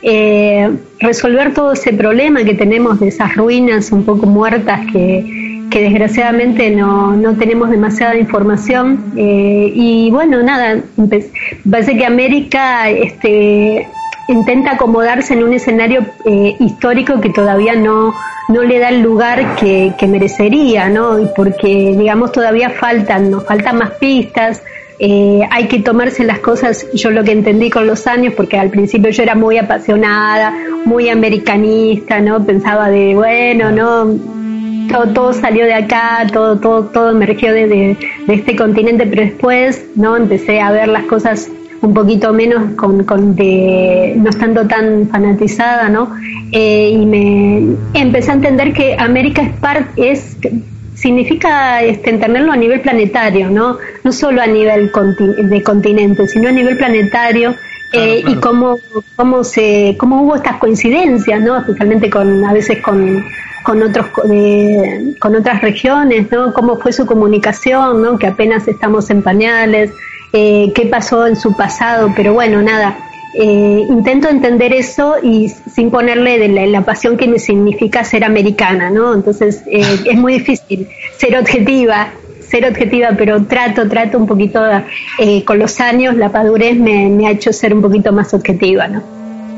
eh, resolver todo ese problema que tenemos de esas ruinas un poco muertas que, que desgraciadamente no, no tenemos demasiada información, eh, y bueno, nada, parece que América este, intenta acomodarse en un escenario eh, histórico que todavía no, no le da el lugar que, que merecería, ¿no? Y porque, digamos, todavía faltan, nos faltan más pistas. Eh, hay que tomarse las cosas, yo lo que entendí con los años, porque al principio yo era muy apasionada, muy americanista, ¿no? Pensaba de, bueno, no, todo, todo salió de acá, todo, todo, todo emergió de, de, de este continente, pero después, ¿no? Empecé a ver las cosas un poquito menos con, con de, no estando tan fanatizada, ¿no? Eh, y me empecé a entender que América es parte, es significa este, entenderlo a nivel planetario, ¿no? No solo a nivel conti- de continente, sino a nivel planetario, eh, claro, claro. y cómo, cómo se, cómo hubo estas coincidencias, ¿no? Especialmente con, a veces con, con otros, eh, con otras regiones, ¿no? Cómo fue su comunicación, ¿no? Que apenas estamos en pañales, eh, qué pasó en su pasado, pero bueno, nada. Eh, intento entender eso y sin ponerle de la, la pasión que me significa ser americana, ¿no? Entonces eh, es muy difícil ser objetiva, ser objetiva, pero trato, trato un poquito, eh, con los años, la madurez me, me ha hecho ser un poquito más objetiva, ¿no?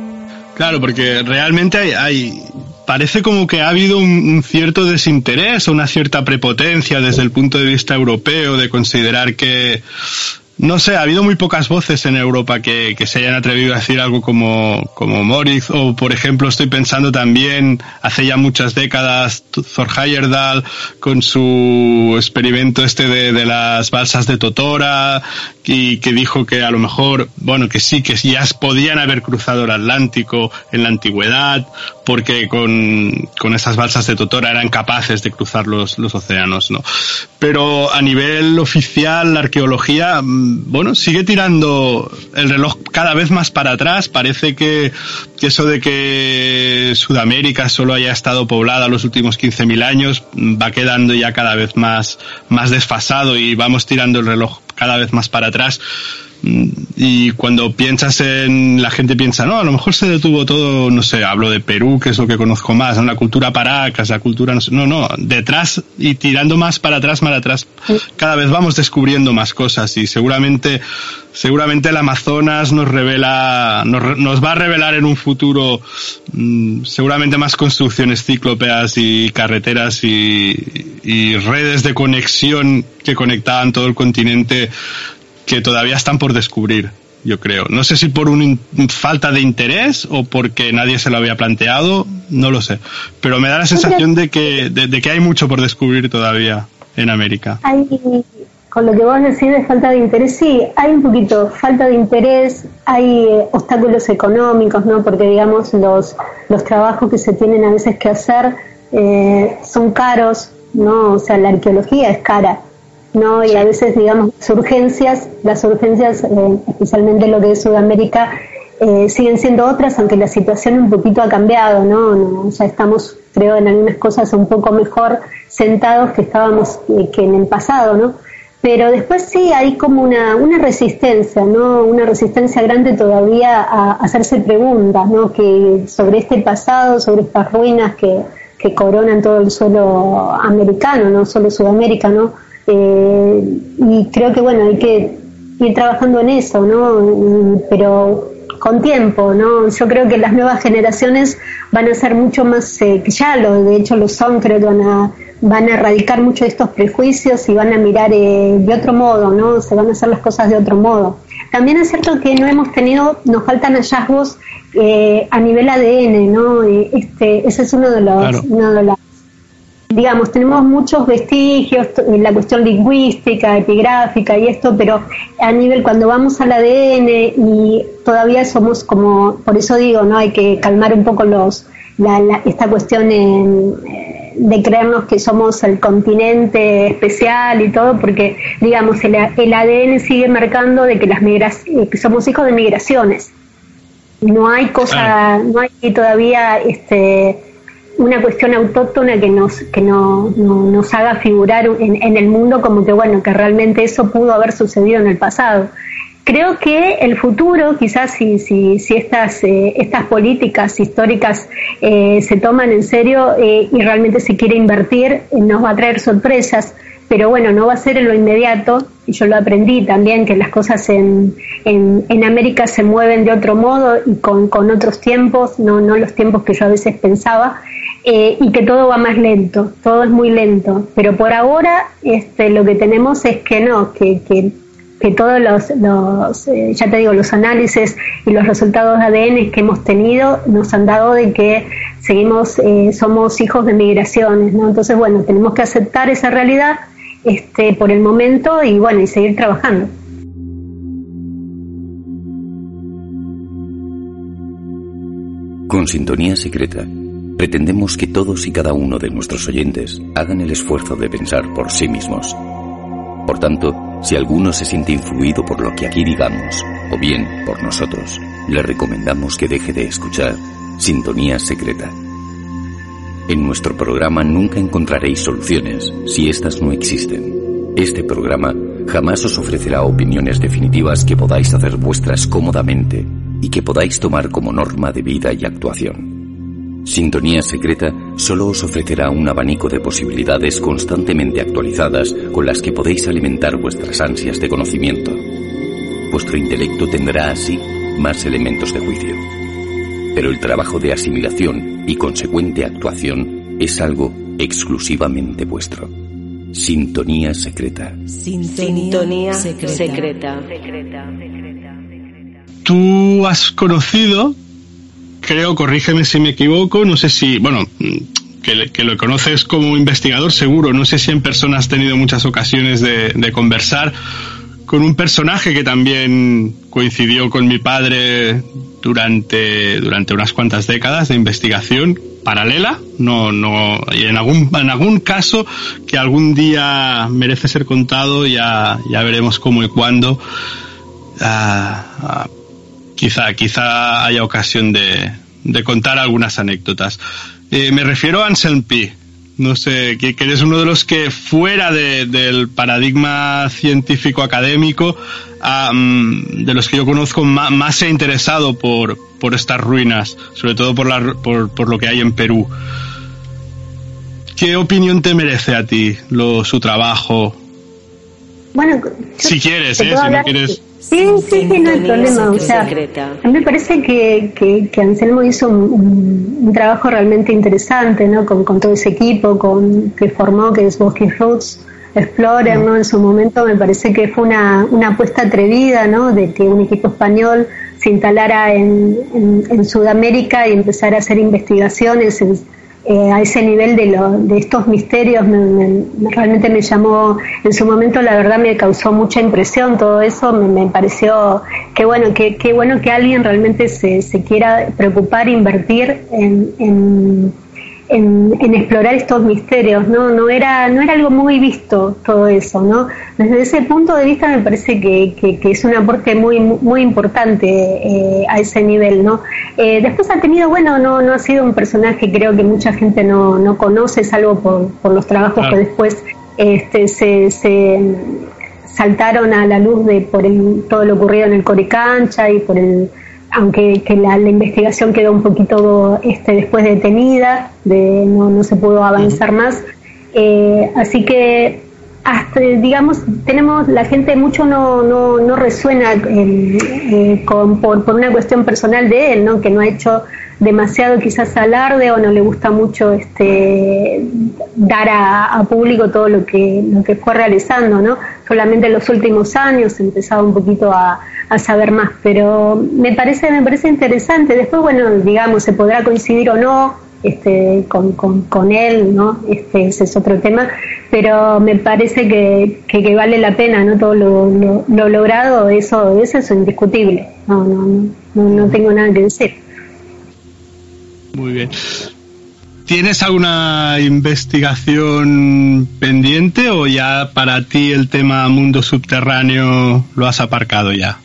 Claro, porque realmente hay, hay parece como que ha habido un, un cierto desinterés o una cierta prepotencia desde el punto de vista europeo de considerar que, no sé, ha habido muy pocas voces en Europa que, que se hayan atrevido a decir algo como, como Moritz, o por ejemplo estoy pensando también hace ya muchas décadas Thor Heyerdahl con su experimento este de, de las balsas de Totora, y que dijo que a lo mejor, bueno, que sí, que ya podían haber cruzado el Atlántico en la antigüedad, porque con, con esas balsas de Totora eran capaces de cruzar los, los océanos, ¿no? Pero a nivel oficial, la arqueología, bueno, sigue tirando el reloj cada vez más para atrás. Parece que, que eso de que Sudamérica solo haya estado poblada los últimos quince mil años va quedando ya cada vez más, más desfasado, y vamos tirando el reloj cada vez más para atrás. Y cuando piensas en, la gente piensa, no, a lo mejor se detuvo todo, no sé, hablo de Perú, que es lo que conozco más, ¿no? La cultura Paracas, la cultura, no sé, no, no, detrás y tirando más para atrás, para atrás, cada vez vamos descubriendo más cosas y seguramente, seguramente el Amazonas nos revela, nos, nos va a revelar en un futuro mmm, seguramente más construcciones cíclopeas y carreteras y, y redes de conexión que conectaban todo el continente, que todavía están por descubrir, yo creo. No sé si por una falta de interés o porque nadie se lo había planteado, no lo sé. Pero me da la sensación de que, de, de que hay mucho por descubrir todavía en América. Hay, con lo que vos decís de falta de interés, sí, hay un poquito falta de interés, hay eh, obstáculos económicos, ¿no? Porque, digamos, los, los trabajos que se tienen a veces que hacer eh, son caros, ¿no? O sea, la arqueología es cara, ¿no? Y a veces, digamos, las urgencias, las urgencias, eh, especialmente lo que es Sudamérica, eh, siguen siendo otras, aunque la situación un poquito ha cambiado, ¿no? No, ya estamos, creo, en algunas cosas un poco mejor sentados que estábamos eh, que en el pasado, ¿no? Pero después sí hay como una, una resistencia, ¿no? Una resistencia grande todavía a hacerse preguntas, ¿no? Que sobre este pasado, sobre estas ruinas que, que coronan todo el suelo americano, no solo Sudamérica, ¿no? Eh, y creo que bueno, hay que ir trabajando en eso, ¿no? Pero con tiempo, ¿no? Yo creo que las nuevas generaciones van a ser mucho más, eh, que ya lo, de hecho lo son, creo que van a, van a erradicar mucho de estos prejuicios y van a mirar eh, de otro modo, ¿no? Se van a hacer las cosas de otro modo. También es cierto que no hemos tenido, nos faltan hallazgos eh, a nivel A D N, ¿no? Este, ese es uno de los, claro. uno de los digamos, tenemos muchos vestigios, la cuestión lingüística, epigráfica y esto, pero a nivel, cuando vamos al A D N y todavía somos como, por eso digo, ¿no? Hay que calmar un poco los, la, la, esta cuestión en, eh, de creernos que somos el continente especial y todo, porque, digamos, el, el A D N sigue marcando de que las migras, eh, que somos hijos de migraciones. No hay cosa, no hay todavía, este, una cuestión autóctona que nos que no, no nos haga figurar en, en el mundo como que bueno, que realmente eso pudo haber sucedido en el pasado. Creo que el futuro, quizás si si, si estas eh, estas políticas históricas eh, se toman en serio eh, y realmente se quiere invertir, eh, nos va a traer sorpresas, pero bueno, no va a ser en lo inmediato, y yo lo aprendí también, que las cosas en, en, en América se mueven de otro modo y con, con otros tiempos, no, no los tiempos que yo a veces pensaba, eh, y que todo va más lento, todo es muy lento, pero por ahora este, lo que tenemos es que no, que, que, que todos los, los eh, ya te digo, los análisis y los resultados de A D N que hemos tenido nos han dado de que seguimos, eh, somos hijos de migraciones, ¿no? Entonces, bueno, tenemos que aceptar esa realidad este, por el momento y bueno, y seguir trabajando. Con Sintonía Secreta, pretendemos que todos y cada uno de nuestros oyentes hagan el esfuerzo de pensar por sí mismos. Por tanto, si alguno se siente influido por lo que aquí digamos, o bien por nosotros, le recomendamos que deje de escuchar Sintonía Secreta. En nuestro programa nunca encontraréis soluciones si éstas no existen. Este programa jamás os ofrecerá opiniones definitivas que podáis hacer vuestras cómodamente y que podáis tomar como norma de vida y actuación. Sintonía Secreta solo os ofrecerá un abanico de posibilidades constantemente actualizadas con las que podéis alimentar vuestras ansias de conocimiento. Vuestro intelecto tendrá así más elementos de juicio. Pero el trabajo de asimilación y consecuente actuación es algo exclusivamente vuestro. Sintonía Secreta. Sintonía Secreta. Tú has conocido, creo, corrígeme si me equivoco, no sé si, bueno, que, que lo conoces como investigador seguro, no sé si en persona has tenido muchas ocasiones de, de conversar con un personaje que también coincidió con mi padre durante durante unas cuantas décadas de investigación paralela, no no y en algún en algún caso que algún día merece ser contado, ya ya veremos cómo y cuándo. Ah, ah, quizá quizá haya ocasión de de contar algunas anécdotas. Eh, me refiero a Anselm Pi. No sé, que, que eres uno de los que fuera de, del paradigma científico académico, um, de los que yo conozco, más, más se ha interesado por, por estas ruinas, sobre todo por, la, por, por lo que hay en Perú. ¿Qué opinión te merece a ti lo, su trabajo? Bueno, si quieres, ¿eh? Si no quieres... Sí, sí, sí, no hay problema. O sea, a mí me parece que, que, que Anselmo hizo un, un, un trabajo realmente interesante, ¿no? Con, con todo ese equipo con, que formó, que es Bosque Roots Explorer, ¿no? En su momento me parece que fue una, una apuesta atrevida, ¿no? De que un equipo español se instalara en, en, en Sudamérica y empezara a hacer investigaciones en, Eh, a ese nivel de, lo, de estos misterios. Me, me, realmente me llamó, en su momento la verdad me causó mucha impresión todo eso. Me, me pareció que bueno que, que bueno que alguien realmente se, se quiera preocupar, invertir en, en, en, en explorar estos misterios, no no era no era algo muy visto todo eso, ¿no? Desde ese punto de vista me parece que, que, que es un aporte muy muy importante eh, a ese nivel, ¿no? Eh, después ha tenido, bueno, no no ha sido un personaje, creo que mucha gente no no conoce, salvo por, por los trabajos claro. que después este se, se saltaron a la luz de por el, todo lo ocurrido en el Coricancha y por el aunque que la, la investigación quedó un poquito este después detenida, de no no se pudo avanzar más, eh, así que hasta, digamos, tenemos la gente mucho no no no resuena eh, eh, con por, por una cuestión personal de él, ¿no? Que no ha hecho demasiado quizás alarde o no le gusta mucho este dar a, a público todo lo que lo que fue realizando, ¿no? Solamente en los últimos años he empezado un poquito a, a saber más, pero me parece me parece interesante. Después, bueno, digamos, se podrá coincidir o no este con, con, con él, ¿no? Este ese es otro tema, pero me parece que, que, que vale la pena, ¿no? Todo lo, lo, lo logrado, eso, eso es indiscutible. No, no, no, no tengo nada que decir. Muy bien. ¿Tienes alguna investigación pendiente o ya para ti el tema mundo subterráneo lo has aparcado ya?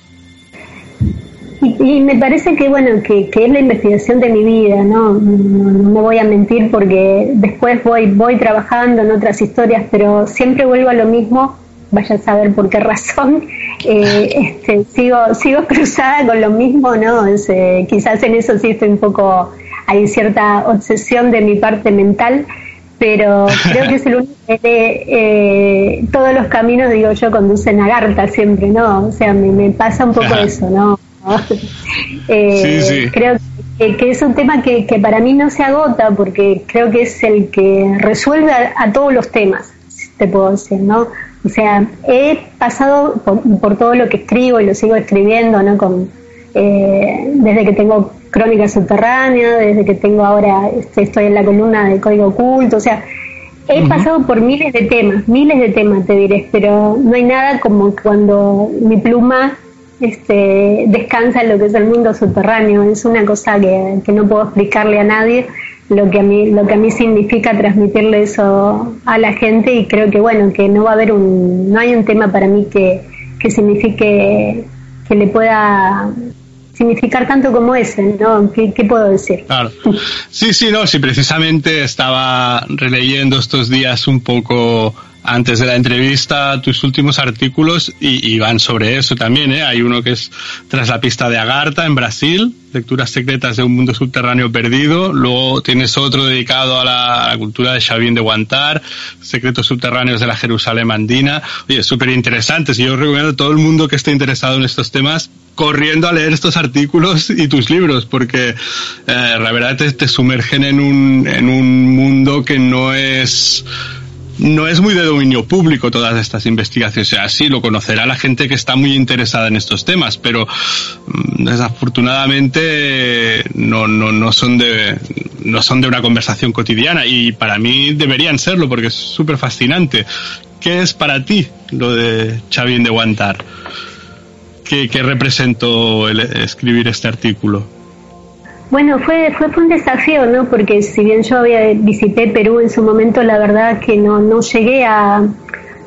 Y, y me parece que bueno que, que es la investigación de mi vida, ¿no? No, no me voy a mentir porque después voy voy trabajando en otras historias, pero siempre vuelvo a lo mismo, vaya a saber por qué razón. Eh, este, sigo sigo cruzada con lo mismo, ¿no? Es, eh, quizás en eso sí estoy un poco, hay cierta obsesión de mi parte mental, pero creo que es el único que eh, todos los caminos, digo yo, conducen a Agartha siempre, ¿no? O sea, me, me pasa un poco eso, ¿no? eh, sí, sí. Creo que, que es un tema que, que para mí no se agota, porque creo que es el que resuelve a, a todos los temas, te puedo decir, ¿no? O sea, he pasado por, por todo lo que escribo y lo sigo escribiendo, ¿no? Con, eh, desde que tengo Crónica Subterránea, desde que tengo ahora, este, estoy en la columna de Código Oculto, o sea, he uh-huh. pasado por miles de temas, miles de temas te diré, pero no hay nada como cuando mi pluma este descansa en lo que es el mundo subterráneo. Es una cosa que, que no puedo explicarle a nadie lo que a mí lo que a mí significa transmitirle eso a la gente, y creo que bueno que no va a haber un no hay un tema para mí que, que signifique que le pueda significar tanto como ese, ¿no? ¿Qué, qué puedo decir? Claro. Sí, sí, no, sí, precisamente estaba releyendo estos días un poco antes de la entrevista tus últimos artículos y, y van sobre eso también, ¿eh? Hay uno que es Tras la pista de Agartha en Brasil, lecturas secretas de un mundo subterráneo perdido. Luego tienes otro dedicado a la, a la cultura de Xavier de Huántar, secretos subterráneos de la Jerusalén andina. Oye, súper interesantes, y yo recomiendo a todo el mundo que esté interesado en estos temas corriendo a leer estos artículos y tus libros, porque eh, la verdad te, te sumergen en un en un mundo que no es no es muy de dominio público, todas estas investigaciones. O sea, sí, lo conocerá la gente que está muy interesada en estos temas, pero desafortunadamente no no no son de no son de una conversación cotidiana, y para mí deberían serlo porque es súper fascinante. ¿Qué es para ti lo de Xavier de Huántar? ¿Qué, qué representó el escribir este artículo? Bueno, fue, fue fue un desafío, ¿no? Porque si bien yo había visité Perú en su momento, la verdad que no no llegué a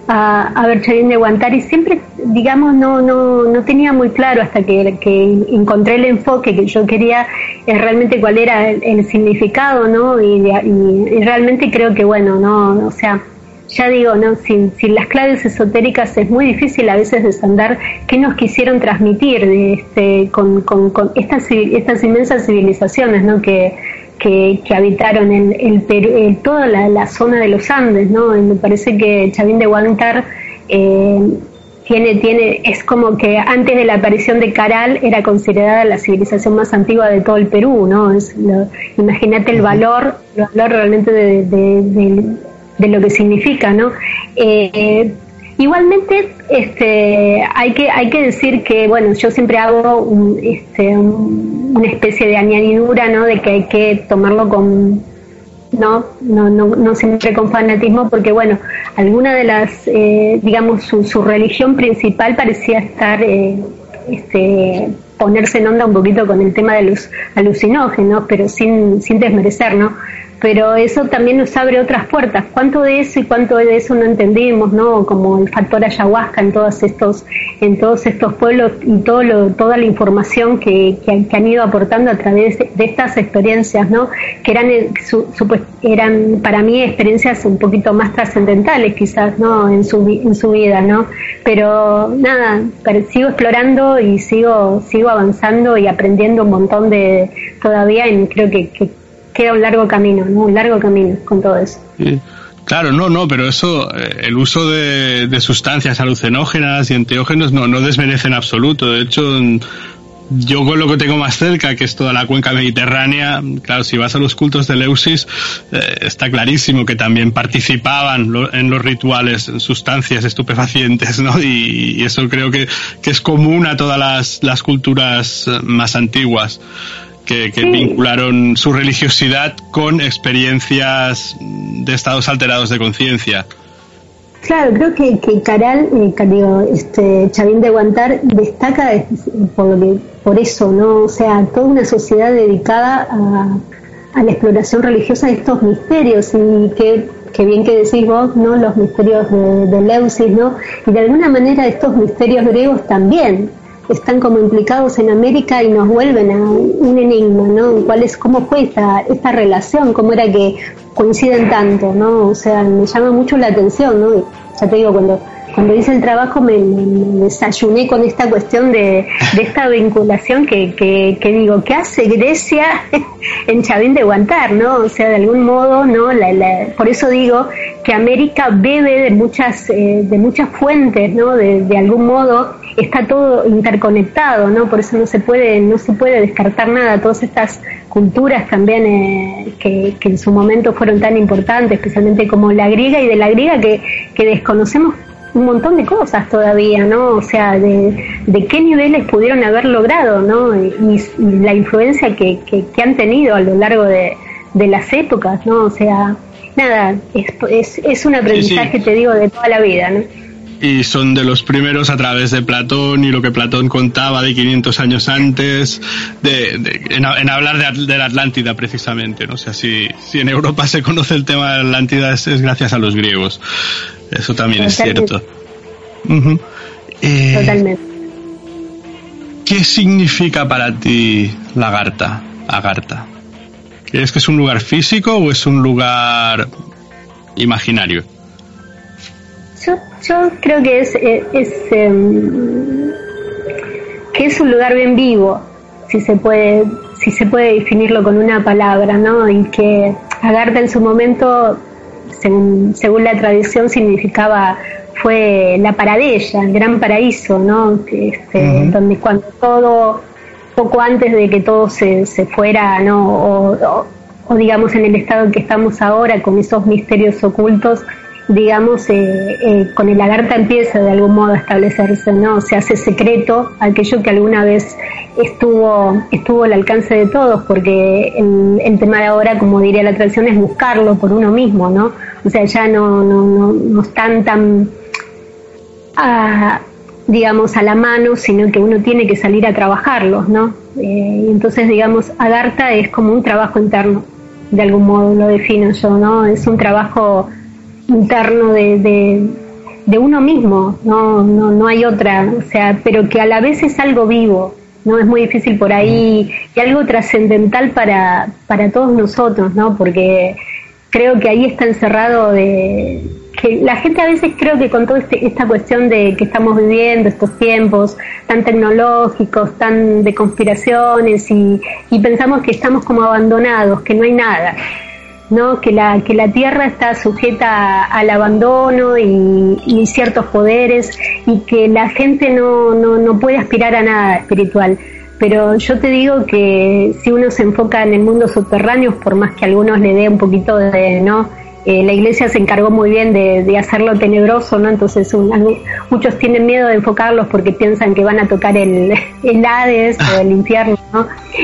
a, a ver Chavín de Huántar y siempre, digamos, no no no tenía muy claro hasta que, que encontré el enfoque que yo quería, eh, realmente cuál era el, el significado, ¿no? Y, y, y realmente creo que, bueno, no, o sea, ya digo, no, sin, sin las claves esotéricas es muy difícil a veces desandar qué nos quisieron transmitir de este, con, con, con estas, estas inmensas civilizaciones, ¿no? que, que, que habitaron el, el Perú, el, toda la, la zona de los Andes, ¿no? Y me parece que Chavín de Huántar eh, tiene, tiene, es como que antes de la aparición de Caral era considerada la civilización más antigua de todo el Perú, ¿no? Es lo, imagínate el valor, el valor realmente de, de, de de lo que significa, ¿no? Eh, igualmente, este, hay que hay que decir que, bueno, yo siempre hago un, este, un, una especie de añadidura, ¿no? De que hay que tomarlo con, no, no, no, no siempre con fanatismo, porque, bueno, alguna de las, eh, digamos, su, su religión principal parecía estar, eh, este, ponerse en onda un poquito con el tema de los alucinógenos, pero sin, sin desmerecer, ¿no? Pero eso también nos abre otras puertas. ¿Cuánto de eso y cuánto de eso no entendimos, no? Como el factor ayahuasca en todos estos, en todos estos pueblos y todo lo, toda la información que, que, que han ido aportando a través de, de estas experiencias, ¿no? Que eran, su, su, eran para mí experiencias un poquito más trascendentales, quizás, ¿no? En su, en su vida, ¿no? Pero nada, pero sigo explorando y sigo, sigo avanzando y aprendiendo un montón de todavía, y creo que, que queda un largo camino, ¿no? Un largo camino con todo eso. Sí. Claro, no, no, pero eso, eh, el uso de, de sustancias alucinógenas y enteógenos no, no desmerece en absoluto. De hecho, yo con lo que tengo más cerca, que es toda la cuenca mediterránea, claro, si vas a los cultos de Eleusis, eh, está clarísimo que también participaban lo, en los rituales sustancias estupefacientes, ¿no? Y, y eso creo que, que es común a todas las, las culturas más antiguas. Que, que sí. Vincularon su religiosidad con experiencias de estados alterados de conciencia. Claro, creo que, que Caral, eh, digo, este, Chavín de Huántar destaca por, lo que, por eso, ¿no? O sea, toda una sociedad dedicada a, a la exploración religiosa de estos misterios, y que, que bien que decís vos, ¿no? Los misterios de, de Eleusis, ¿no? Y de alguna manera estos misterios griegos también están como implicados en América y nos vuelven a un enigma, ¿no? ¿Cuál es, cómo fue esta, esta relación? ¿Cómo era que coinciden tanto, ¿no? O sea, me llama mucho la atención, ¿no? Ya te digo, cuando, cuando hice el trabajo me, me, me desayuné con esta cuestión de, de esta vinculación que, que, que digo, ¿qué hace Grecia en Chavín de Huántar, ¿no? O sea, de algún modo, ¿no? La, la, por eso digo que América bebe de muchas, eh, de muchas fuentes, ¿no? De, de algún modo está todo interconectado, ¿no? Por eso no se puede no se puede descartar nada. Todas estas culturas también eh, que, que en su momento fueron tan importantes, especialmente como la griega, y de la griega que, que desconocemos un montón de cosas todavía, ¿no? O sea, de, de qué niveles pudieron haber logrado, ¿no? Y, y la influencia que, que, que han tenido a lo largo de, de las épocas, ¿no? O sea, nada, es, es, es un aprendizaje, sí, sí. Te digo, de toda la vida, ¿no? Y son de los primeros a través de Platón y lo que Platón contaba de quinientos años antes, de, de, en, en hablar de, de la Atlántida precisamente, ¿no? O sea, si, si en Europa se conoce el tema de la Atlántida es, es gracias a los griegos. Eso también Totalmente. Es cierto. Uh-huh. Eh, Totalmente. ¿Qué significa para ti Lagarta, Agartha? ¿Crees que es un lugar físico o es un lugar imaginario? Yo, yo creo que es, es, es um, que es un lugar bien vivo, si se puede si se puede definirlo con una palabra, ¿no? Y que Agartha en su momento, según, según la tradición, significaba, fue la paradella, el gran paraíso, ¿no? Este, uh-huh. Donde cuando todo, poco antes de que todo se, se fuera, ¿no? O, o, o digamos en el estado en que estamos ahora, con esos misterios ocultos, digamos, eh, eh, con el Agartha empieza de algún modo a establecerse, ¿no? Se hace secreto aquello que alguna vez estuvo estuvo al alcance de todos, porque el, el tema de ahora, como diría la tradición, es buscarlo por uno mismo, ¿no? O sea, ya no no no, no están tan, a, digamos, a la mano, sino que uno tiene que salir a trabajarlos, ¿no? Eh, y entonces, digamos, Agartha es como un trabajo interno, de algún modo lo defino yo, ¿no? Es un trabajo interno de, de, de uno mismo, no, no, no hay otra, o sea, pero que a la vez es algo vivo, no es muy difícil por ahí, y algo trascendental para, para todos nosotros, ¿no? Porque creo que ahí está encerrado de que la gente a veces creo que con toda este, esta cuestión de que estamos viviendo estos tiempos tan tecnológicos, tan de conspiraciones y, y pensamos que estamos como abandonados, que no hay nada, ¿no? Que la que la tierra está sujeta al abandono y, y ciertos poderes y que la gente no, no, no puede aspirar a nada espiritual. Pero yo te digo que si uno se enfoca en el mundo subterráneo, por más que a algunos le dé un poquito de, ¿no? Eh, la iglesia se encargó muy bien de, de hacerlo tenebroso, ¿no? Entonces un, muchos tienen miedo de enfocarlos porque piensan que van a tocar el, el Hades o el infierno, ¿no?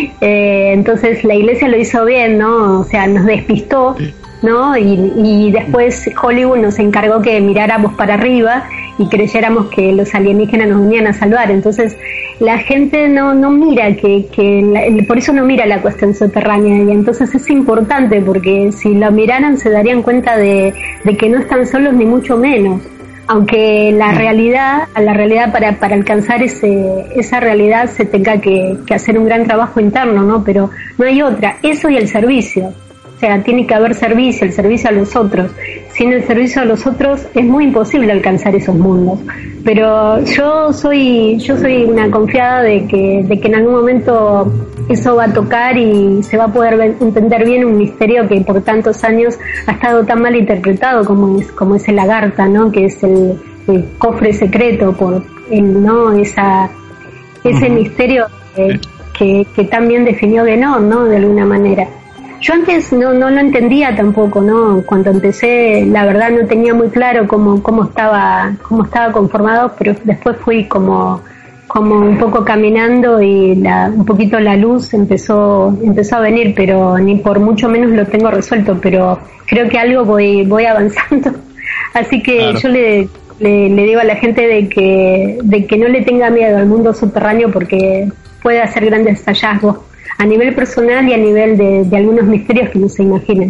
Eh, entonces la iglesia lo hizo bien, ¿no? O sea, nos despistó, ¿no? Y, y después Hollywood nos encargó que miráramos para arriba y creyéramos que los alienígenas nos venían a salvar. Entonces la gente no no mira que, que la, por eso no mira la cuestión subterránea, y entonces es importante porque si lo miraran se darían cuenta de, de que no están solos ni mucho menos, aunque la realidad a la realidad para para alcanzar ese esa realidad se tenga que, que hacer un gran trabajo interno, ¿no? Pero no hay otra, eso y el servicio. O sea, tiene que haber servicio, el servicio a los otros. Sin el servicio a los otros es muy imposible alcanzar esos mundos. Pero yo soy yo soy una confiada de que de que en algún momento eso va a tocar y se va a poder ver, entender bien un misterio que por tantos años ha estado tan mal interpretado como es como es el Agartha, ¿no? Que es el, el cofre secreto por el, ¿no? Esa ese uh-huh. misterio que, que que tan bien definió Guénon, ¿no? De alguna manera. Yo antes no no lo entendía tampoco, ¿no? Cuando empecé, la verdad no tenía muy claro cómo cómo estaba cómo estaba conformado, pero después fui como como un poco caminando y la, un poquito la luz empezó empezó a venir, pero ni por mucho menos lo tengo resuelto, pero creo que algo voy voy avanzando. Así que claro. yo le, le le digo a la gente de que de que no le tenga miedo al mundo subterráneo porque puede hacer grandes hallazgos a nivel personal y a nivel de, de algunos misterios que no se imaginen.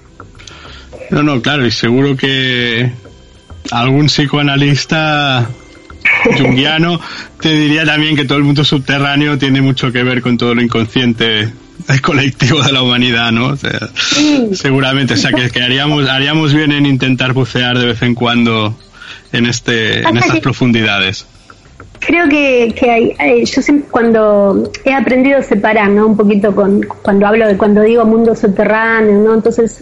No, no, claro, y seguro que algún psicoanalista junguiano te diría también que todo el mundo subterráneo tiene mucho que ver con todo lo inconsciente colectivo de la humanidad, ¿no? O sea, sí. Seguramente, o sea, que, que haríamos, haríamos bien en intentar bucear de vez en cuando en este en estas profundidades. Creo que, que hay, hay, yo siempre cuando he aprendido a separar, ¿no? Un poquito con cuando hablo de cuando digo mundo subterráneo, ¿no? Entonces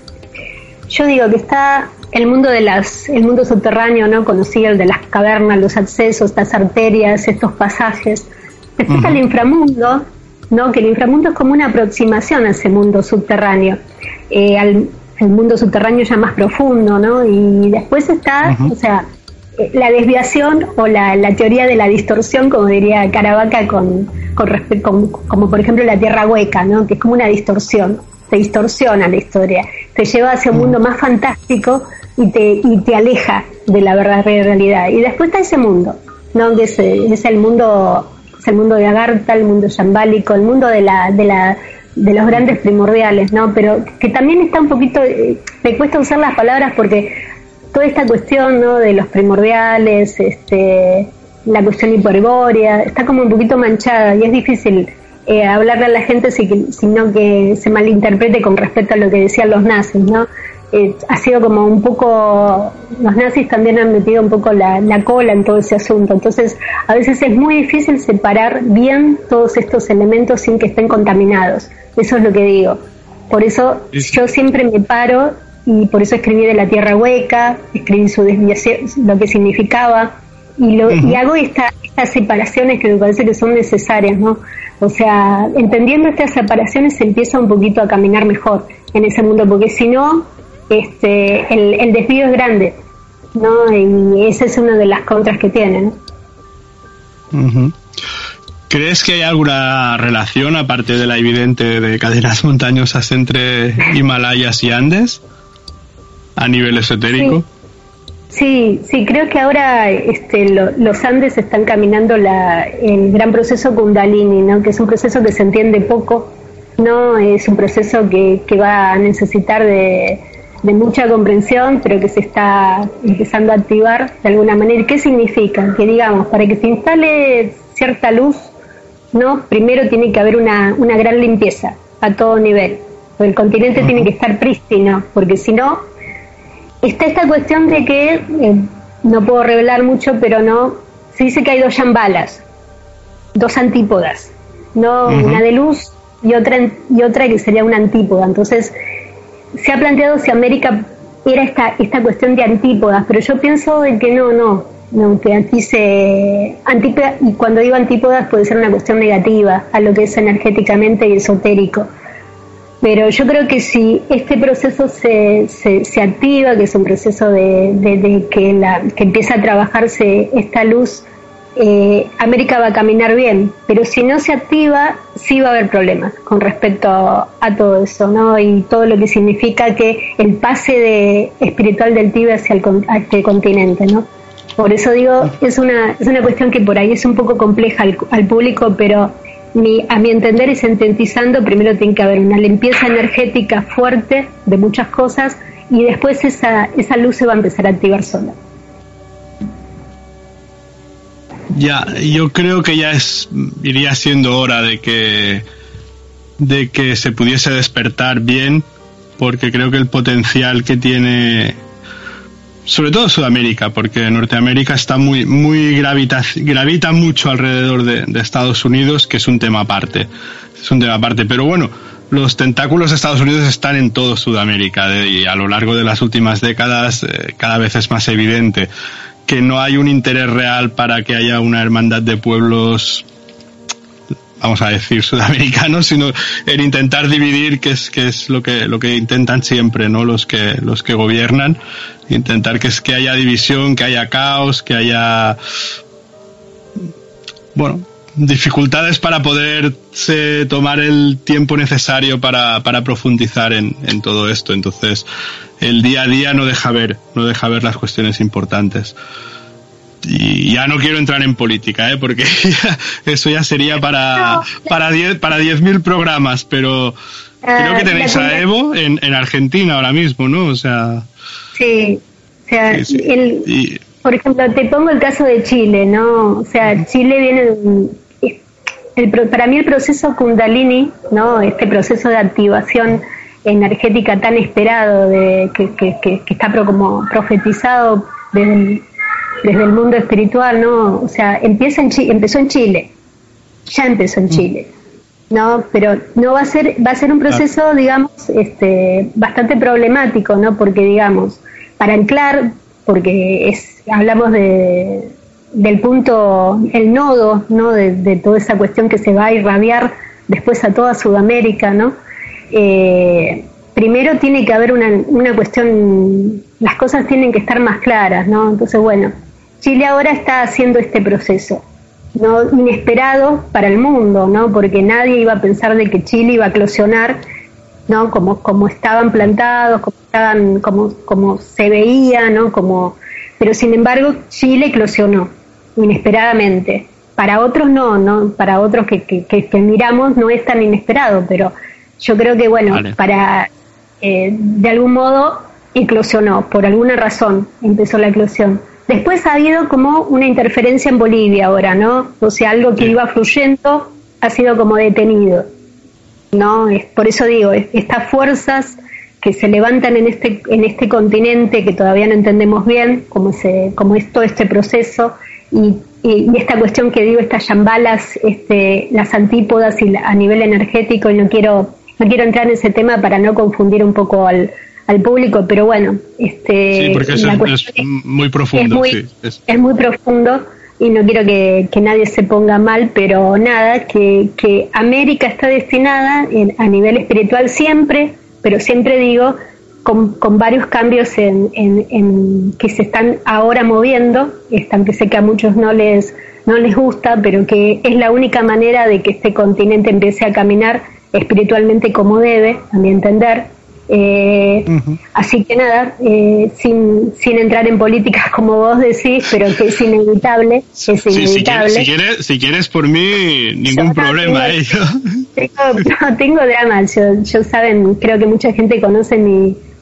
yo digo que está el mundo de las el mundo subterráneo, ¿no? Conocido, el de las cavernas, los accesos, estas arterias, estos pasajes. Después uh-huh. está el inframundo, ¿no? Que el inframundo es como una aproximación a ese mundo subterráneo, eh, al el mundo subterráneo ya más profundo, ¿no? Y después está, uh-huh. o sea, la desviación o la, la teoría de la distorsión, como diría Caravaca, con, con, con como por ejemplo la tierra hueca, ¿no? Que es como una distorsión, te distorsiona la historia, te lleva hacia un mundo más fantástico y te y te aleja de la verdadera realidad. Y después está ese mundo, ¿no? Que es, es el mundo es el mundo de Agartha, el mundo shambálico, el mundo de la de la de los grandes primordiales, ¿no? Pero que también está un poquito, me cuesta usar las palabras porque toda esta cuestión, ¿no? De los primordiales, este, la cuestión hiperbórea, está como un poquito manchada y es difícil eh, hablarle a la gente si, sino que se malinterprete con respecto a lo que decían los nazis, ¿no? Eh, ha sido como un poco, los nazis también han metido un poco la, la cola en todo ese asunto, entonces a veces es muy difícil separar bien todos estos elementos sin que estén contaminados, eso es lo que digo. Por eso yo siempre me paro y por eso escribí de la tierra hueca, escribí su desviación, lo que significaba, y lo uh-huh. y hago esta, estas separaciones que me parece que son necesarias, ¿no? O sea, entendiendo estas separaciones se empieza un poquito a caminar mejor en ese mundo, porque si no, este, el, el desvío es grande, ¿no? Y esa es una de las contras que tiene, ¿no? Uh-huh. ¿Crees que hay alguna relación, aparte de la evidente de cadenas montañosas, entre Himalayas y Andes? A nivel esotérico. Sí, sí, sí, creo que ahora este, lo, los Andes están caminando la, el gran proceso Kundalini, ¿no? Que es un proceso que se entiende poco, no es un proceso que, que va a necesitar de, de mucha comprensión, pero que se está empezando a activar de alguna manera. ¿Qué significa? Que digamos, para que se instale cierta luz, ¿no? Primero tiene que haber una, una gran limpieza a todo nivel. El continente uh-huh. tiene que estar prístino, porque si no, está esta cuestión de que, eh, no puedo revelar mucho, pero no, se dice que hay dos Shambhalas, dos antípodas, no uh-huh. una de luz y otra y otra que sería una antípoda. Entonces se ha planteado si América era esta esta cuestión de antípodas, pero yo pienso de que no, no, no que dice antípoda, y cuando digo antípodas puede ser una cuestión negativa a lo que es energéticamente y esotérico. Pero yo creo que si este proceso se, se, se activa, que es un proceso de, de, de que, la, que empieza a trabajarse esta luz, eh, América va a caminar bien. Pero si no se activa, sí va a haber problemas con respecto a, a todo eso, ¿no? Y todo lo que significa que el pase de espiritual del Tíbet hacia el, hacia el continente, ¿no? Por eso digo, es una, es una cuestión que por ahí es un poco compleja al, al público, pero... Mi, a mi entender y sintetizando, primero tiene que haber una limpieza energética fuerte de muchas cosas y después esa, esa luz se va a empezar a activar sola. Ya, yo creo que ya es iría siendo hora de que de que se pudiese despertar bien, porque creo que el potencial que tiene, sobre todo Sudamérica, porque Norteamérica está muy muy gravita gravita mucho alrededor de, de Estados Unidos, que es un tema aparte, es un tema aparte. Pero bueno, los tentáculos de Estados Unidos están en todo Sudamérica, de, y a lo largo de las últimas décadas eh, cada vez es más evidente que no hay un interés real para que haya una hermandad de pueblos, vamos a decir, sudamericanos, sino en intentar dividir, que es que es lo que lo que intentan siempre, ¿no? Los que los que gobiernan, intentar que es que haya división, que haya caos, que haya, bueno, dificultades para poderse tomar el tiempo necesario para para profundizar en en todo esto. Entonces, el día a día no deja ver, no deja ver las cuestiones importantes. Y ya no quiero entrar en política, ¿eh? Porque eso ya sería para para diez para diez mil programas, pero uh, creo que tenéis a Evo en, en Argentina ahora mismo, ¿no? O sea, sí, o sea, sí, sí. El, y, por ejemplo, te pongo el caso de Chile, ¿no? O sea, Chile viene el, para mí el proceso Kundalini, ¿no? Este proceso de activación energética tan esperado, de que que, que, que está pro, como profetizado desde el, desde el mundo espiritual, ¿no? O sea, empieza en Chile, empezó en Chile, ya empezó en Chile, ¿no? Pero no va a ser, va a ser un proceso, digamos, este, bastante problemático, ¿no? Porque, digamos, para anclar, porque es, hablamos de, del punto, el nodo, ¿no? De, de toda esa cuestión que se va a irradiar después a toda Sudamérica, ¿no? Eh, primero tiene que haber una, una cuestión, las cosas tienen que estar más claras, ¿no? Entonces, bueno, Chile ahora está haciendo este proceso, ¿no? Inesperado para el mundo, ¿no? Porque nadie iba a pensar de que Chile iba a eclosionar, ¿no? Como, como estaban plantados, como estaban, como, como se veía, ¿no? Como, pero sin embargo, Chile eclosionó inesperadamente. Para otros no, ¿no? Para otros que, que, que, que miramos no es tan inesperado, pero yo creo que, bueno, vale. para eh, de algún modo eclosionó, por alguna razón empezó la eclosión. Después ha habido como una interferencia en Bolivia ahora, ¿no? O sea, algo que iba fluyendo ha sido como detenido, ¿no? Es, por eso digo, es, estas fuerzas que se levantan en este en este continente que todavía no entendemos bien cómo se cómo es todo este proceso y, y, y esta cuestión que digo, estas Shambhalas, este, las antípodas y la, a nivel energético, y no quiero no quiero entrar en ese tema para no confundir un poco al al público, pero bueno, este, sí, porque eso es, es muy profundo, es muy, sí, es. es muy profundo y no quiero que, que nadie se ponga mal, pero nada, que, que América está destinada en, a nivel espiritual siempre, pero siempre digo, con, con varios cambios en, en, en que se están ahora moviendo, están, que sé que a muchos no les, no les gusta, pero que es la única manera de que este continente empiece a caminar espiritualmente como debe, a mi entender. Eh, uh-huh. Así que nada, eh, sin, sin entrar en políticas como vos decís, pero que es inevitable, es inevitable. Sí, si, quieres, si, quieres, si quieres por mí, ningún yo problema. Tengo, ¿eh? tengo, no, tengo drama, yo, yo saben, creo que mucha gente conoce mi,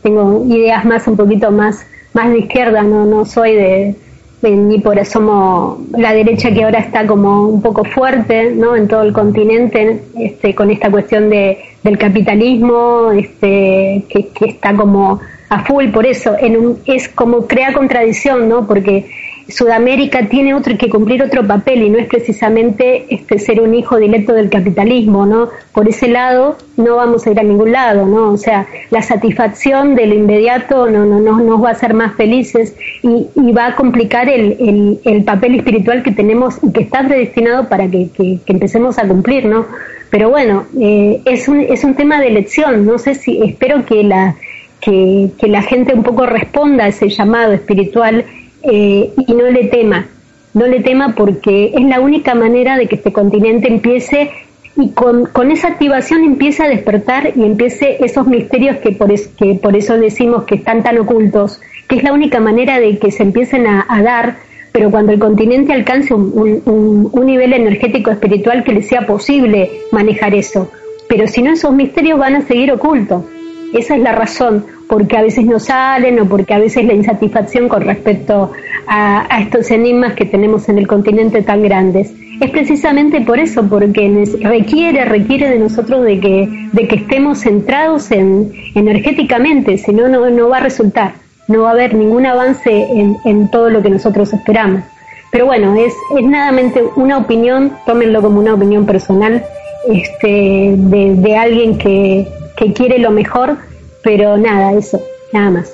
tengo ideas más un poquito más, más de izquierda, no, no soy de, de ni por eso somos la derecha que ahora está como un poco fuerte, ¿no? En todo el continente, este, con esta cuestión de, del capitalismo, este, que, que está como a full, por eso, en un, es como crea contradicción, ¿no? Porque Sudamérica tiene otro que cumplir otro papel y no es precisamente este ser un hijo directo del capitalismo, ¿no? Por ese lado no vamos a ir a ningún lado, ¿no? O sea, la satisfacción de lo inmediato no no no nos va a hacer más felices y, y va a complicar el, el, el papel espiritual que tenemos y que está predestinado para que, que, que empecemos a cumplir, ¿no? Pero bueno, eh, es un es un tema de elección. No sé si espero que la que, que la gente un poco responda a ese llamado espiritual. Eh, y no le tema, no le tema porque es la única manera de que este continente empiece y con, con esa activación empiece a despertar y empiece esos misterios que por, es, que por eso decimos que están tan ocultos, que es la única manera de que se empiecen a, a dar, pero cuando el continente alcance un, un, un nivel energético espiritual que le sea posible manejar eso, pero si no esos misterios van a seguir ocultos. Esa es la razón, porque a veces no salen o porque a veces la insatisfacción con respecto a, a estos enigmas que tenemos en el continente tan grandes. Es precisamente por eso, porque requiere, requiere de nosotros de que, de que estemos centrados en, energéticamente, si no, no, no va a resultar, no va a haber ningún avance en, en todo lo que nosotros esperamos. Pero bueno, es, es nadamente una opinión, tómenlo como una opinión personal, este, de, de alguien que que quiere lo mejor, pero nada, eso, nada más.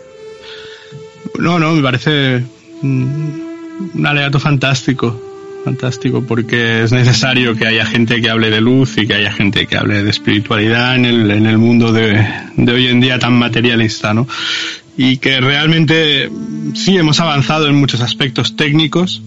No, no, me parece un alegato fantástico, fantástico, porque es necesario que haya gente que hable de luz y que haya gente que hable de espiritualidad en el, en el mundo de, de hoy en día tan materialista, ¿no? Y que realmente sí hemos avanzado en muchos aspectos técnicos,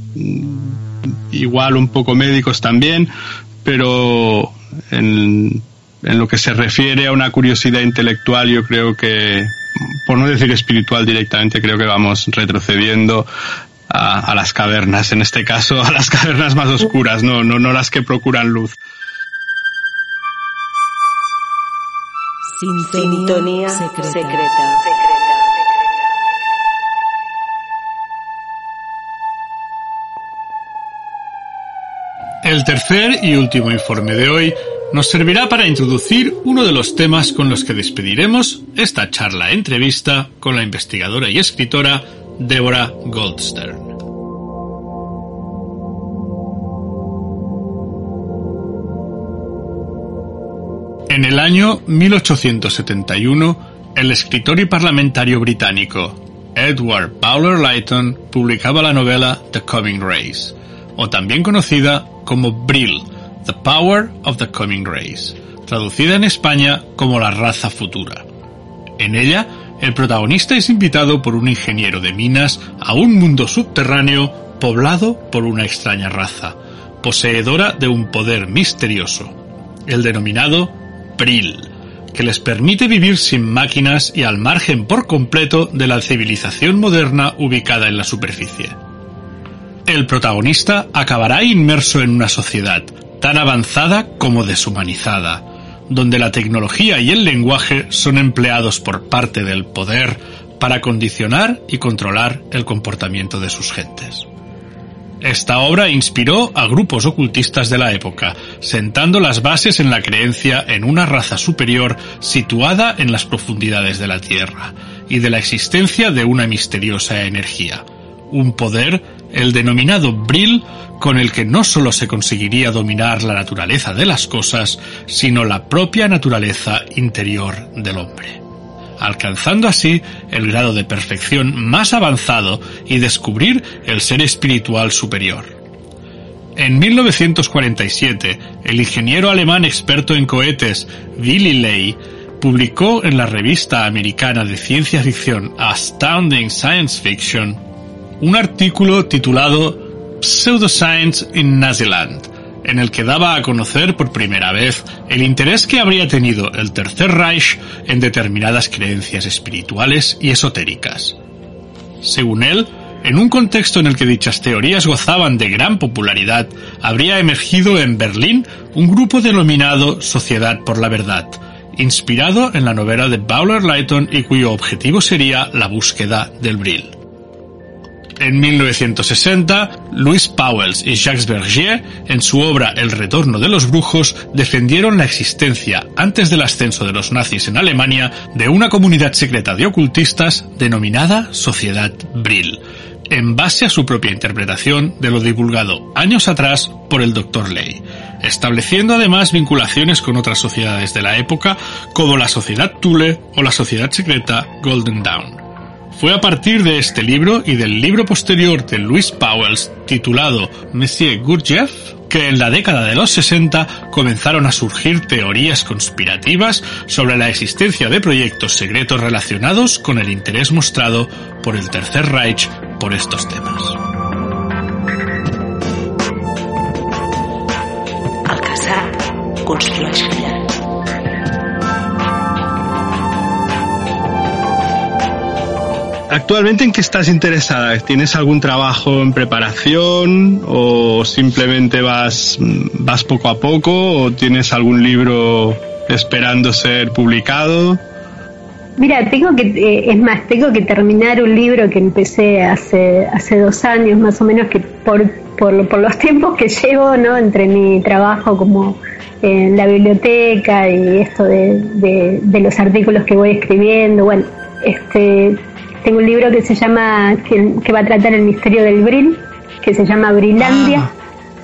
igual un poco médicos también, pero en En lo que se refiere a una curiosidad intelectual, yo creo que, por no decir espiritual directamente, creo que vamos retrocediendo a, a las cavernas, en este caso a las cavernas más oscuras, no, no, no las que procuran luz. Sintonía secreta. secreta. El tercer y último informe de hoy nos servirá para introducir uno de los temas con los que despediremos esta charla-entrevista con la investigadora y escritora Deborah Goldstern. En el año mil ochocientos setenta y uno, el escritor y parlamentario británico Edward Bulwer Lytton publicaba la novela The Coming Race, o también conocida como Brill, The Power of the Coming Race, traducida en España como La raza futura. En ella, el protagonista es invitado por un ingeniero de minas a un mundo subterráneo poblado por una extraña raza, poseedora de un poder misterioso, el denominado Brill, que les permite vivir sin máquinas y al margen por completo de la civilización moderna ubicada en la superficie. El protagonista acabará inmerso en una sociedad tan avanzada como deshumanizada, donde la tecnología y el lenguaje son empleados por parte del poder para condicionar y controlar el comportamiento de sus gentes. Esta obra inspiró a grupos ocultistas de la época, sentando las bases en la creencia en una raza superior situada en las profundidades de la Tierra y de la existencia de una misteriosa energía, un poder, el denominado Brill, con el que no solo se conseguiría dominar la naturaleza de las cosas, sino la propia naturaleza interior del hombre, alcanzando así el grado de perfección más avanzado y descubrir el ser espiritual superior. En mil novecientos cuarenta y siete, el ingeniero alemán experto en cohetes Willy Ley publicó en la revista americana de ciencia ficción Astounding Science Fiction un artículo titulado Pseudoscience in Naziland, en el que daba a conocer por primera vez el interés que habría tenido el Tercer Reich en determinadas creencias espirituales y esotéricas. Según él, en un contexto en el que dichas teorías gozaban de gran popularidad, habría emergido en Berlín un grupo denominado Sociedad por la Verdad, inspirado en la novela de Bowler Lytton y cuyo objetivo sería la búsqueda del Brill. En mil novecientos sesenta, Louis Pauwels y Jacques Bergier, en su obra El retorno de los brujos, defendieron la existencia, antes del ascenso de los nazis en Alemania, de una comunidad secreta de ocultistas denominada Sociedad Brill, en base a su propia interpretación de lo divulgado años atrás por el doctor Ley, estableciendo además vinculaciones con otras sociedades de la época como la Sociedad Thule o la Sociedad Secreta Golden Dawn. Fue a partir de este libro y del libro posterior de Louis Pauwels titulado Monsieur Gurdjieff que en la década de los sesenta comenzaron a surgir teorías conspirativas sobre la existencia de proyectos secretos relacionados con el interés mostrado por el Tercer Reich por estos temas. Alcazar construeix callant. ¿Actualmente en qué estás interesada? ¿Tienes algún trabajo en preparación o simplemente vas, vas poco a poco o tienes algún libro esperando ser publicado? Mira, tengo que, eh, es más, tengo que terminar un libro que empecé hace hace dos años más o menos, que por por, por los tiempos que llevo, ¿no? Entre mi trabajo como en la biblioteca y esto de, de, de los artículos que voy escribiendo, bueno, este... Tengo un libro que se llama, que, que va a tratar el misterio del Brill, que se llama Brillandia. Ah,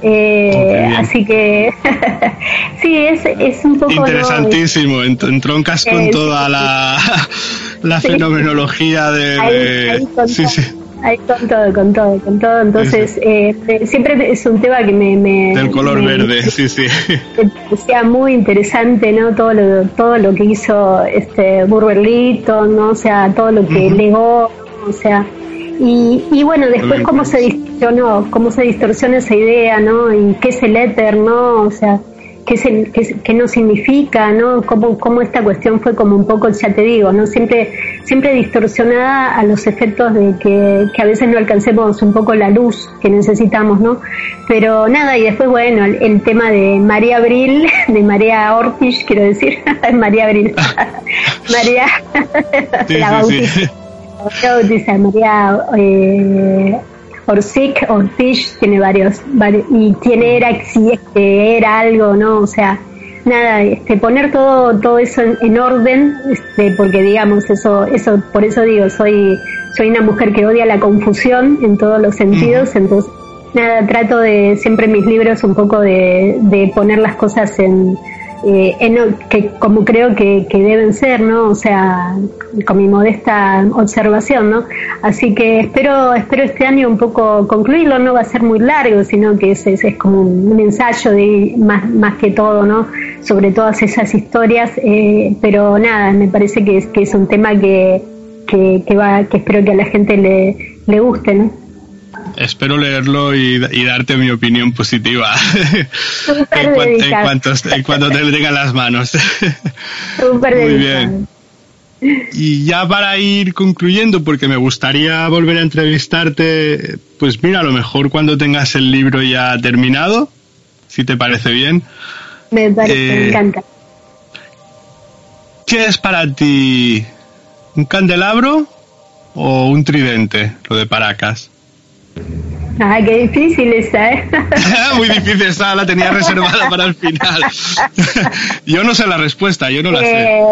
eh, okay, así que, sí, es, es un poco... Interesantísimo, ¿no? Entroncas con eh, toda sí, la, la sí, fenomenología de... Ahí, ahí con sí, todo, sí. Ahí con todo, con todo, con todo. Entonces, sí, sí. Eh, siempre es un tema que me... me Del color me, verde, sí, sí. Me parecía muy interesante, ¿no? Todo lo, todo lo que hizo este Burber Lytton, ¿no? O sea, todo lo que uh-huh. legó, ¿no? O sea... Y, y bueno, después cómo se distorsionó, cómo se distorsiona esa idea, ¿no? Y qué es el éter, ¿no? O sea... Qué, es el, qué, qué no significa, ¿no? Cómo, cómo esta cuestión fue como un poco, ya te digo, ¿no? Siempre, siempre distorsionada a los efectos de que, que a veces no alcancemos un poco la luz que necesitamos, ¿no? Pero nada, y después, bueno, el, el tema de María Brill, de María Ortiz, quiero decir, María Brill, María, sí, la bautiza, sí, bautiza, María, eh, Orsic, Ortiz, tiene varios, varios, y tiene era si es que era algo, ¿no? O sea, nada, este, poner todo, todo eso en, en orden, este, porque digamos, eso, eso, por eso digo, soy, soy una mujer que odia la confusión en todos los sentidos, entonces, nada, trato de, siempre en mis libros un poco de, de poner las cosas en, eh, en que como creo que, que deben ser, ¿no? O sea, con mi modesta observación, ¿no? Así que espero espero este año un poco concluirlo, no va a ser muy largo, sino que es, es, es como un, un ensayo de más más que todo, ¿no? Sobre todas esas historias, eh, pero nada, me parece que es, que es un tema que, que, que va, que espero que a la gente le, le guste, ¿no? Espero leerlo y, y darte mi opinión positiva en, cuan, en, cuanto, en cuanto te tenga las manos. Súper Muy dedicado. Bien. Y ya para ir concluyendo, porque me gustaría volver a entrevistarte, pues mira, a lo mejor cuando tengas el libro ya terminado, si te parece bien. Me parece, eh, me encanta. ¿Qué es para ti un candelabro o un tridente, lo de Paracas? Ah, qué difícil esa, ¿eh? Muy difícil, esa la tenía reservada para el final. Yo no sé la respuesta, yo no la eh,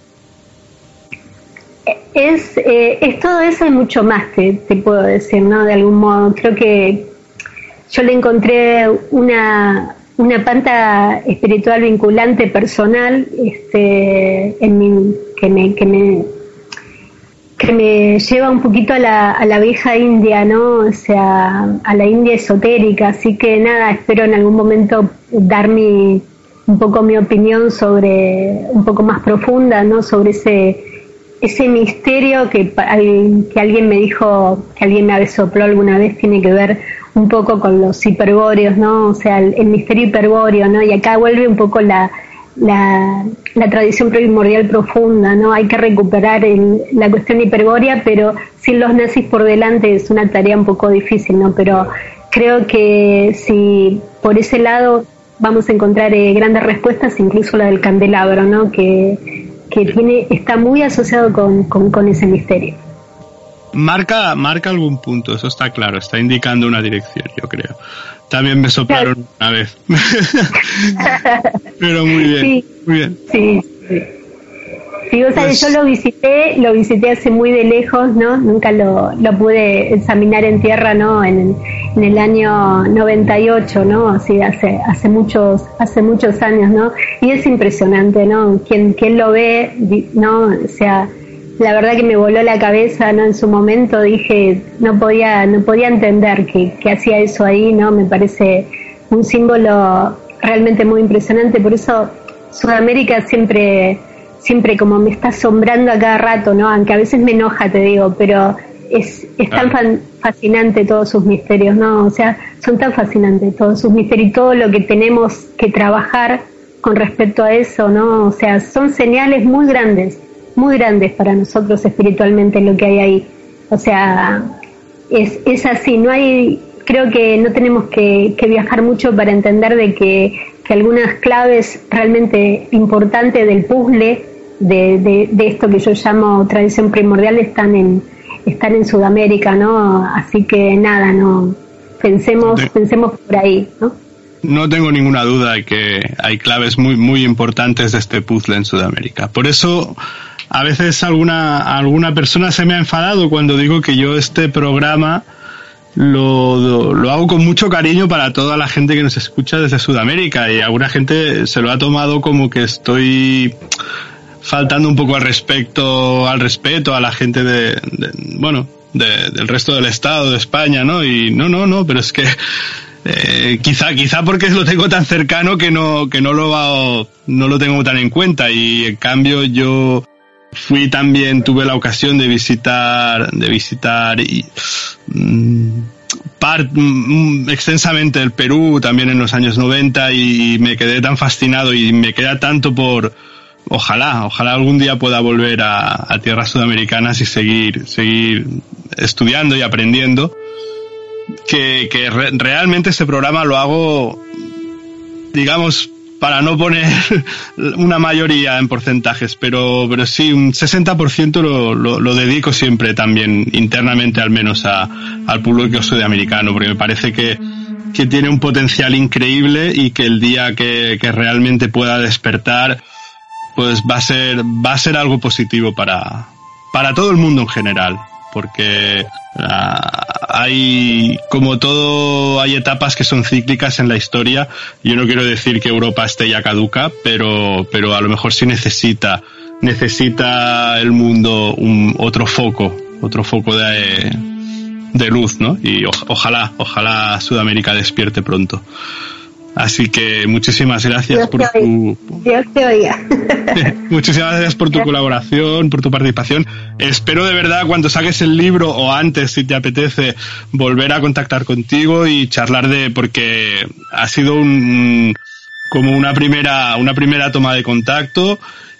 sé. Es, eh, es todo eso y mucho más, te, te puedo decir, ¿no? De algún modo. Creo que yo le encontré una, una panta espiritual vinculante personal, este, en mi, que me... Que me que me lleva un poquito a la, a la vieja India, ¿no? O sea, a la India esotérica, así que nada, espero en algún momento dar mi, un poco mi opinión sobre, un poco más profunda, ¿no? Sobre ese, ese misterio que, que alguien me dijo, que alguien me sopló alguna vez, tiene que ver un poco con los hiperbóreos, ¿no? O sea, el, el misterio hiperbóreo, ¿no? Y acá vuelve un poco la... La, la tradición primordial profunda, ¿no? Hay que recuperar el, la cuestión hiperbórea, pero sin los nazis por delante es una tarea un poco difícil, ¿no? Pero creo que si por ese lado vamos a encontrar eh, grandes respuestas, incluso la del candelabro, ¿no? Que, que tiene, está muy asociado con, con, con ese misterio. Marca, marca algún punto, eso está claro, está indicando una dirección, yo creo. También me soplaron claro. una vez. Pero muy bien, sí, muy bien. Sí, sí. Sí, o sea, pues, yo lo visité, lo visité hace muy de lejos, ¿no? Nunca lo, lo pude examinar en tierra, ¿no? En, en el año noventa y ocho, ¿no? Así hace, hace muchos, hace muchos años, ¿no? Y es impresionante, ¿no? Quien, quien lo ve, ¿no? O sea, la verdad que me voló la cabeza, ¿no? En su momento dije, no podía, no podía entender que, que hacía eso ahí, ¿no? Me parece un símbolo realmente muy impresionante, por eso Sudamérica siempre, siempre como me está asombrando a cada rato, ¿no? Aunque a veces me enoja, te digo, pero es, es tan fan, fascinante todos sus misterios, ¿no? O sea, son tan fascinantes todos sus misterios y todo lo que tenemos que trabajar con respecto a eso, ¿no? O sea, son señales muy grandes, muy grandes para nosotros espiritualmente lo que hay ahí. O sea, es, es así, no hay, creo que no tenemos que, que viajar mucho para entender de que, que algunas claves realmente importantes del puzzle de, de, de esto que yo llamo tradición primordial están en, están en Sudamérica, ¿no? Así que nada, no pensemos, sí. pensemos por ahí, ¿no? No tengo ninguna duda de que hay claves muy, muy importantes de este puzzle en Sudamérica. Por eso, a veces alguna, alguna persona se me ha enfadado cuando digo que yo este programa lo, lo, lo hago con mucho cariño para toda la gente que nos escucha desde Sudamérica, y alguna gente se lo ha tomado como que estoy faltando un poco al respecto, al respeto a la gente de, de bueno, de, del resto del Estado, de España, ¿no? Y no, no, no, pero es que Eh, quizá quizá porque lo tengo tan cercano que no que no lo va, no lo tengo tan en cuenta, y en cambio yo fui también tuve la ocasión de visitar de visitar y, mm, part, mm, extensamente el Perú también en los años noventa, y me quedé tan fascinado y me queda tanto por ojalá ojalá algún día pueda volver a, a tierras sudamericanas y seguir seguir estudiando y aprendiendo. Que, que re, realmente este programa lo hago, digamos, para no poner una mayoría en porcentajes, pero, pero sí, un sesenta por ciento lo, lo, lo dedico siempre también, internamente al menos, a, al público sudamericano, porque me parece que, que tiene un potencial increíble y que el día que, que realmente pueda despertar, pues va a ser, va a ser algo positivo para, para todo el mundo en general. Porque uh, hay, como todo, hay etapas que son cíclicas en la historia. Yo no quiero decir que Europa esté ya caduca, pero, pero a lo mejor sí necesita, necesita el mundo un, otro foco, otro foco de, de luz, ¿no? Y o, ojalá, ojalá Sudamérica despierte pronto. Así que muchísimas gracias Dios por tu Dios te oiga. Muchísimas gracias por tu colaboración, por tu participación. Espero de verdad cuando saques el libro o antes, si te apetece, volver a contactar contigo y charlar de, porque ha sido un como una primera una primera toma de contacto,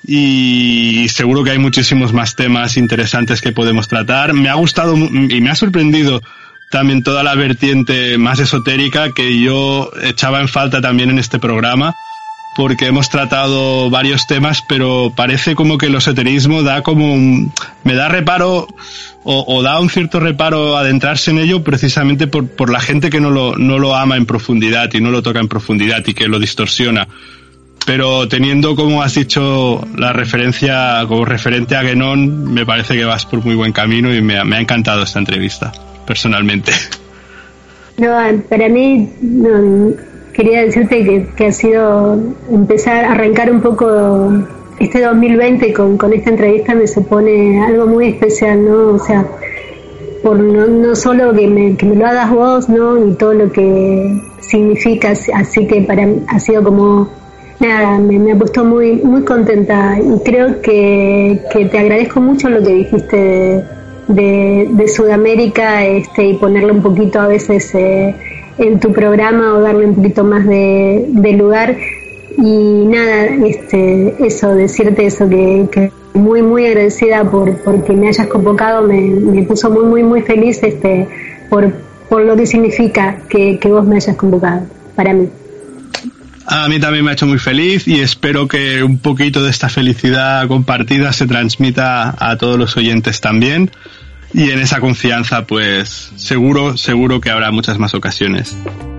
y seguro que hay muchísimos más temas interesantes que podemos tratar. Me ha gustado y me ha sorprendido también toda la vertiente más esotérica que yo echaba en falta también en este programa, porque hemos tratado varios temas, pero parece como que el esoterismo da como un, me da reparo o, o da un cierto reparo adentrarse en ello, precisamente por, por la gente que no lo, no lo ama en profundidad y no lo toca en profundidad y que lo distorsiona. Pero teniendo, como has dicho, la referencia como referente a Guénon, me parece que vas por muy buen camino, y me ha, me ha encantado esta entrevista, personalmente. No, para mí, no, quería decirte que, que ha sido empezar a arrancar un poco este dos mil veinte con, con esta entrevista, me supone algo muy especial, ¿no? O sea, por no, no solo que me, que me lo hagas vos, ¿no? Y todo lo que significa, así que para mí ha sido como nada, me, me ha puesto muy muy contenta, y creo que, que te agradezco mucho lo que dijiste de, de, de Sudamérica, este, y ponerle un poquito a veces eh, en tu programa, o darle un poquito más de, de lugar. Y nada, este, eso, decirte eso, que, que muy muy agradecida por porque me hayas convocado, me, me puso muy muy muy feliz, este, por, por lo que significa que, que vos me hayas convocado para mí. A mí también me ha hecho muy feliz y espero que un poquito de esta felicidad compartida se transmita a todos los oyentes también. Y en esa confianza, pues, seguro, seguro que habrá muchas más ocasiones.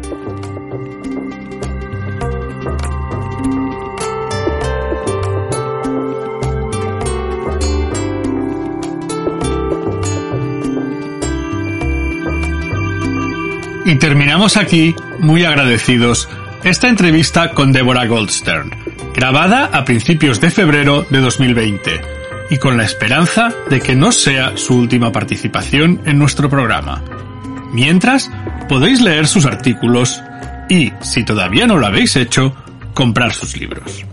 Y terminamos aquí, muy agradecidos, esta entrevista con Deborah Goldstern, grabada a principios de febrero de dos mil veinte, y con la esperanza de que no sea su última participación en nuestro programa. Mientras, podéis leer sus artículos y, si todavía no lo habéis hecho, comprar sus libros.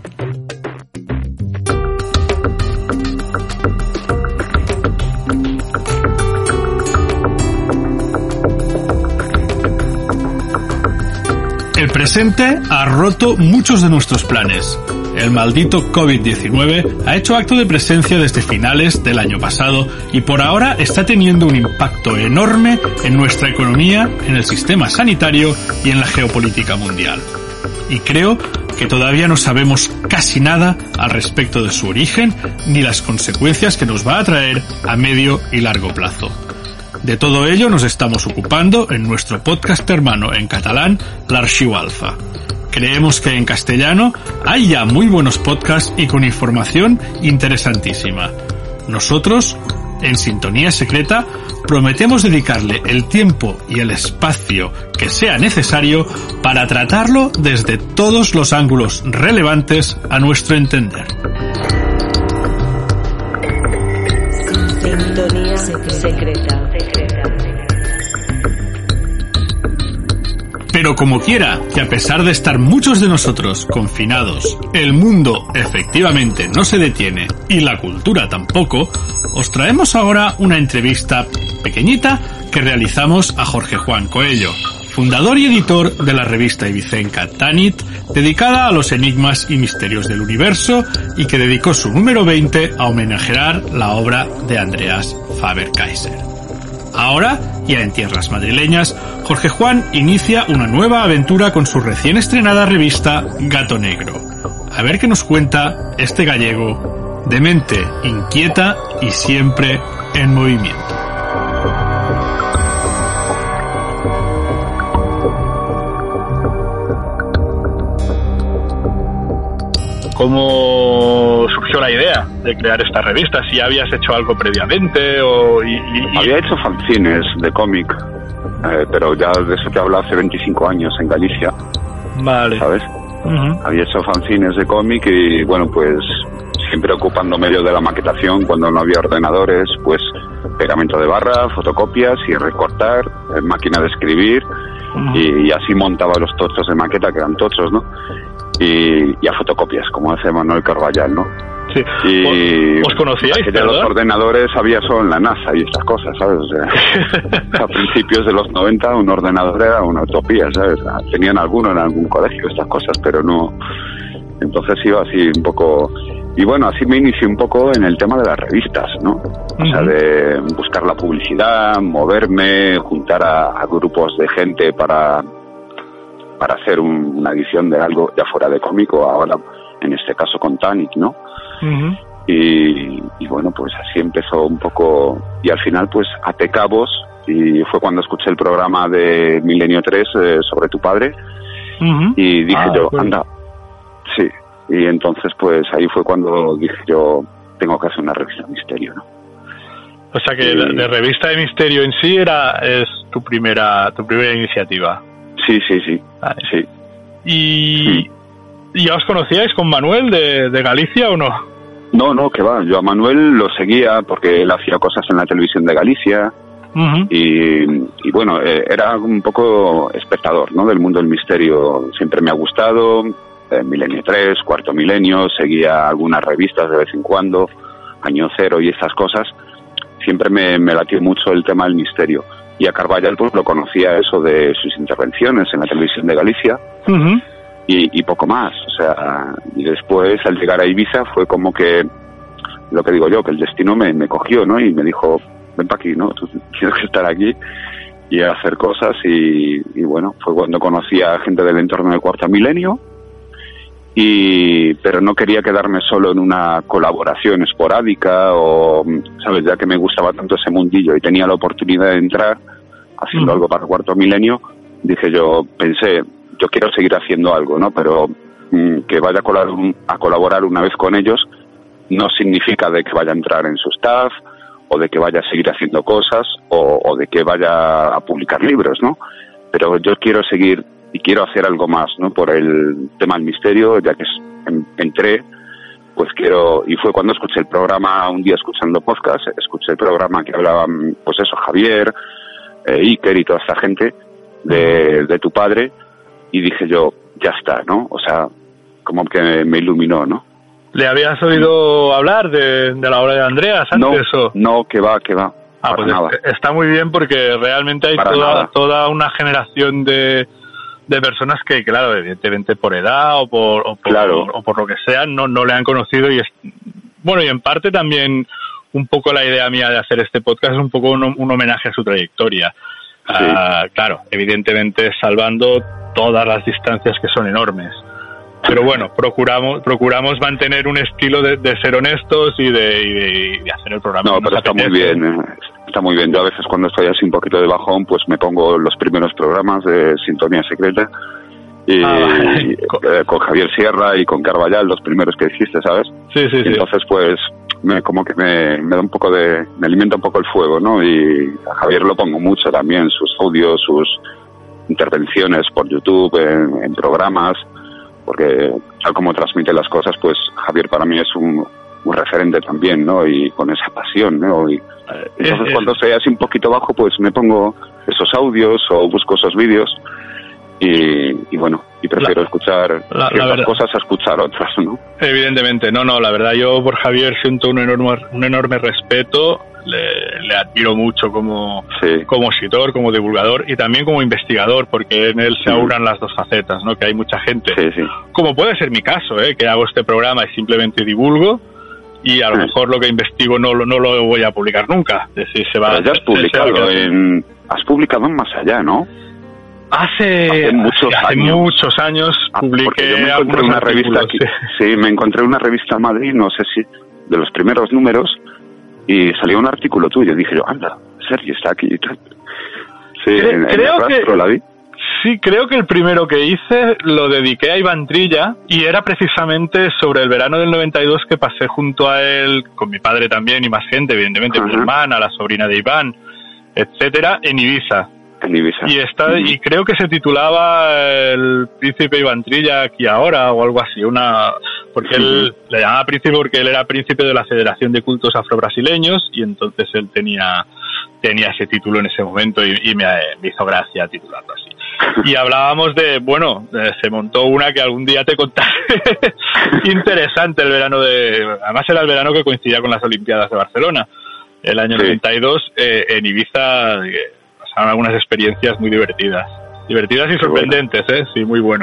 El presente ha roto muchos de nuestros planes. El maldito covid diecinueve ha hecho acto de presencia desde finales del año pasado y por ahora está teniendo un impacto enorme en nuestra economía, en el sistema sanitario y en la geopolítica mundial. Y creo que todavía no sabemos casi nada al respecto de su origen ni las consecuencias que nos va a traer a medio y largo plazo. De todo ello nos estamos ocupando en nuestro podcast hermano en catalán, l'Arxiu Alfa. Creemos que en castellano hay ya muy buenos podcasts y con información interesantísima. Nosotros, en Sintonía Secreta, prometemos dedicarle el tiempo y el espacio que sea necesario para tratarlo desde todos los ángulos relevantes a nuestro entender. Sintonía Secreta. Pero como quiera que a pesar de estar muchos de nosotros confinados, el mundo efectivamente no se detiene y la cultura tampoco, os traemos ahora una entrevista pequeñita que realizamos a Jorge Juan Coello, fundador y editor de la revista ibicenca Tanit, dedicada a los enigmas y misterios del universo y que dedicó su número veinte a homenajear la obra de Andreas Faber-Kaiser. Ahora, ya en tierras madrileñas, Jorge Juan inicia una nueva aventura con su recién estrenada revista Gato Negro. A ver qué nos cuenta este gallego, de mente inquieta y siempre en movimiento. ¿Cómo surgió la idea de crear esta revista? ¿Si habías hecho algo previamente o...? Y, y... Había hecho fanzines de cómic, eh, pero ya de eso te hablo hace veinticinco años en Galicia. Vale. ¿Sabes? Uh-huh. Había hecho fanzines de cómic y, bueno, pues siempre ocupando medio de la maquetación cuando no había ordenadores, pues pegamento de barra, fotocopias y recortar, eh, máquina de escribir, uh-huh. y, y así montaba los tochos de maqueta, que eran tochos, ¿no? Y, y a fotocopias, como hace Manuel Carballal, ¿no? Sí. Y ¿Os conocíais? De los ordenadores había solo en la NASA y estas cosas, ¿sabes? O sea, a principios de los noventa un ordenador era una utopía, ¿sabes? Tenían alguno en algún colegio estas cosas, pero no. Entonces iba así un poco. Y bueno, así me inicié un poco en el tema de las revistas, ¿no? O sea, de buscar la publicidad, moverme, juntar a, a grupos de gente para para hacer un, una edición de algo ya fuera de cómico, ahora en este caso con Tanit, ¿no? Uh-huh. y, y bueno, pues así empezó un poco, y al final pues até cabos, y fue cuando escuché el programa de Milenio tres eh, sobre tu padre, uh-huh. y dije ah, yo, pues. anda, sí, y entonces pues ahí fue cuando dije yo, tengo que hacer una revista de misterio, ¿no? O sea que y... de, de revista de misterio en sí era es tu primera tu primera iniciativa. Sí, sí, sí. Vale. Sí. ¿Y sí. ya os conocíais con Manuel de, de Galicia o no? No, no, que va. Yo a Manuel lo seguía porque él hacía cosas en la televisión de Galicia. Uh-huh. y, y bueno, eh, era un poco espectador, ¿no? Del mundo del misterio. Siempre me ha gustado. Eh, Milenio tres, Cuarto Milenio. Seguía algunas revistas de vez en cuando. Año Cero y estas cosas. Siempre me, me latió mucho el tema del misterio. Y a Carballal pues lo conocía eso de sus intervenciones en la televisión de Galicia, uh-huh. y, y poco más. O sea, y después al llegar a Ibiza fue como que, lo que digo yo, que el destino me, me cogió, ¿no? Y me dijo, ven para aquí, ¿no? Tú tienes que estar aquí y hacer cosas. Y, y bueno, fue cuando conocí a gente del entorno del Cuarto Milenio, y pero no quería quedarme solo en una colaboración esporádica o, ¿sabes? Ya que me gustaba tanto ese mundillo y tenía la oportunidad de entrar haciendo mm. algo para Cuarto Milenio, dije yo, pensé, yo quiero seguir haciendo algo, ¿no? Pero mm, que vaya a colaborar, a colaborar una vez con ellos no significa de que vaya a entrar en su staff o de que vaya a seguir haciendo cosas o, o de que vaya a publicar libros, ¿no? Pero yo quiero seguir y quiero hacer algo más, ¿no? Por el tema del misterio, ya que en, entré, pues quiero, y fue cuando escuché el programa, un día escuchando podcast, escuché el programa que hablaban, pues eso, Javier, eh, Iker y toda esta gente de, de tu padre, y dije yo, ya está, ¿no? O sea, como que me iluminó, ¿no? ¿Le habías oído hablar de, de la obra de Andreas antes? No, o? no, que va, que va. Ah, pues nada. Está muy bien porque realmente hay toda, toda una generación de, de personas que, claro, evidentemente por edad o por, o por, claro. o por lo que sea, no, no le han conocido y es, bueno, y en parte también un poco la idea mía de hacer este podcast es un poco un, un homenaje a su trayectoria. Sí. Uh, claro, evidentemente salvando todas las distancias que son enormes. Pero bueno, procuramos procuramos mantener un estilo de, de ser honestos y de, y de, y de hacer el programa. No, pero está muy bien, eh. está muy bien. Yo a veces cuando estoy así un poquito de bajón, pues me pongo los primeros programas de Sintonía Secreta y, ah, vale. y eh, con Javier Sierra y con Carballal, los primeros que hiciste, ¿sabes? Sí, sí, y sí. Entonces, pues, me, como que me, me da un poco de, me alimenta un poco el fuego, ¿no? Y a Javier lo pongo mucho también, sus audios, sus intervenciones por YouTube, en, en programas, porque tal como transmite las cosas, pues Javier para mí es un, un referente también, ¿no? Y con esa pasión, ¿no? Y entonces eh, cuando estoy así un poquito bajo, pues me pongo esos audios o busco esos vídeos y, y bueno, y prefiero la, escuchar la, ciertas la verdad, cosas a escuchar otras, ¿no? Evidentemente, no, no, la verdad yo por Javier siento un enorme, un enorme respeto. Le, le admiro mucho como, sí. como escritor, como divulgador y también como investigador, porque en él se aunan las dos facetas, ¿no? Que hay mucha gente, sí, sí. como puede ser mi caso, ¿eh? Que hago este programa y simplemente divulgo y a lo sí. mejor lo que investigo no, no lo voy a publicar nunca. Es decir, se va, Pero ya has publicado, en, has publicado en Más Allá, ¿no? Hace, hace muchos hace años. muchos años publiqué yo me encontré una revista aquí, sí. sí, me encontré una revista en Madrid, no sé si de los primeros números, y salió un artículo tuyo. Dije yo, anda, Sergi está aquí y tal. Sí, Cre- en, creo en el rastro que, la vi. Sí, creo que el primero que hice lo dediqué a Iván Trilla y era precisamente sobre el verano del noventa y dos que pasé junto a él, con mi padre también y más gente, evidentemente, mi hermana, la sobrina de Iván, etcétera, en Ibiza. En Ibiza. Y, está, uh-huh. y creo que se titulaba El Príncipe Iván Trilla aquí ahora o algo así, una porque uh-huh. él le llamaba príncipe porque él era príncipe de la Federación de Cultos Afro-Brasileños y entonces él tenía tenía ese título en ese momento y, y me, me hizo gracia titularlo así. Y hablábamos de, bueno, de, se montó una que algún día te contaré, interesante el verano de, además era el verano que coincidía con las Olimpiadas de Barcelona, el año sí. noventa y dos, eh, en Ibiza eh, pasaron algunas experiencias muy divertidas, divertidas y sorprendentes, bueno. ¿eh? Sí, muy bueno.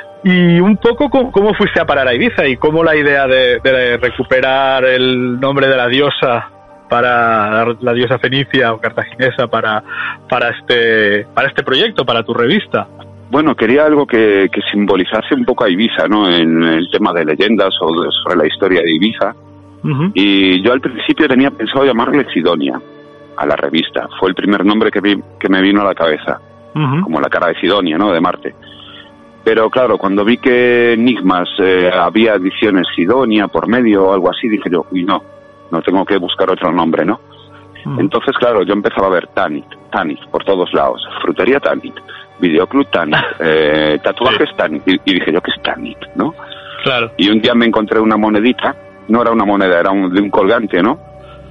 Y un poco cómo, cómo fuiste a parar a Ibiza y cómo la idea de, de recuperar el nombre de la diosa para la diosa fenicia o cartaginesa para para este para este proyecto, para tu revista. Bueno, quería algo que, que simbolizase un poco a Ibiza, ¿no? En el tema de leyendas o de, sobre la historia de Ibiza. Uh-huh. Y yo al principio tenía pensado llamarle Sidonia a la revista. Fue el primer nombre que, vi, que me vino a la cabeza, uh-huh. como la cara de Sidonia, ¿no? De Marte. Pero claro, cuando vi que Enigmas eh, había ediciones Sidonia por medio o algo así, dije yo, uy, no, no tengo que buscar otro nombre, ¿no? Uh-huh. Entonces, claro, yo empezaba a ver Tanit, Tanit, por todos lados, frutería Tanit, videoclub Tanit, eh, tatuajes sí. Tanit, y, y dije yo, ¿qué es Tanit, no? Claro. Y un día me encontré una monedita, no era una moneda, era un, de un colgante, ¿no?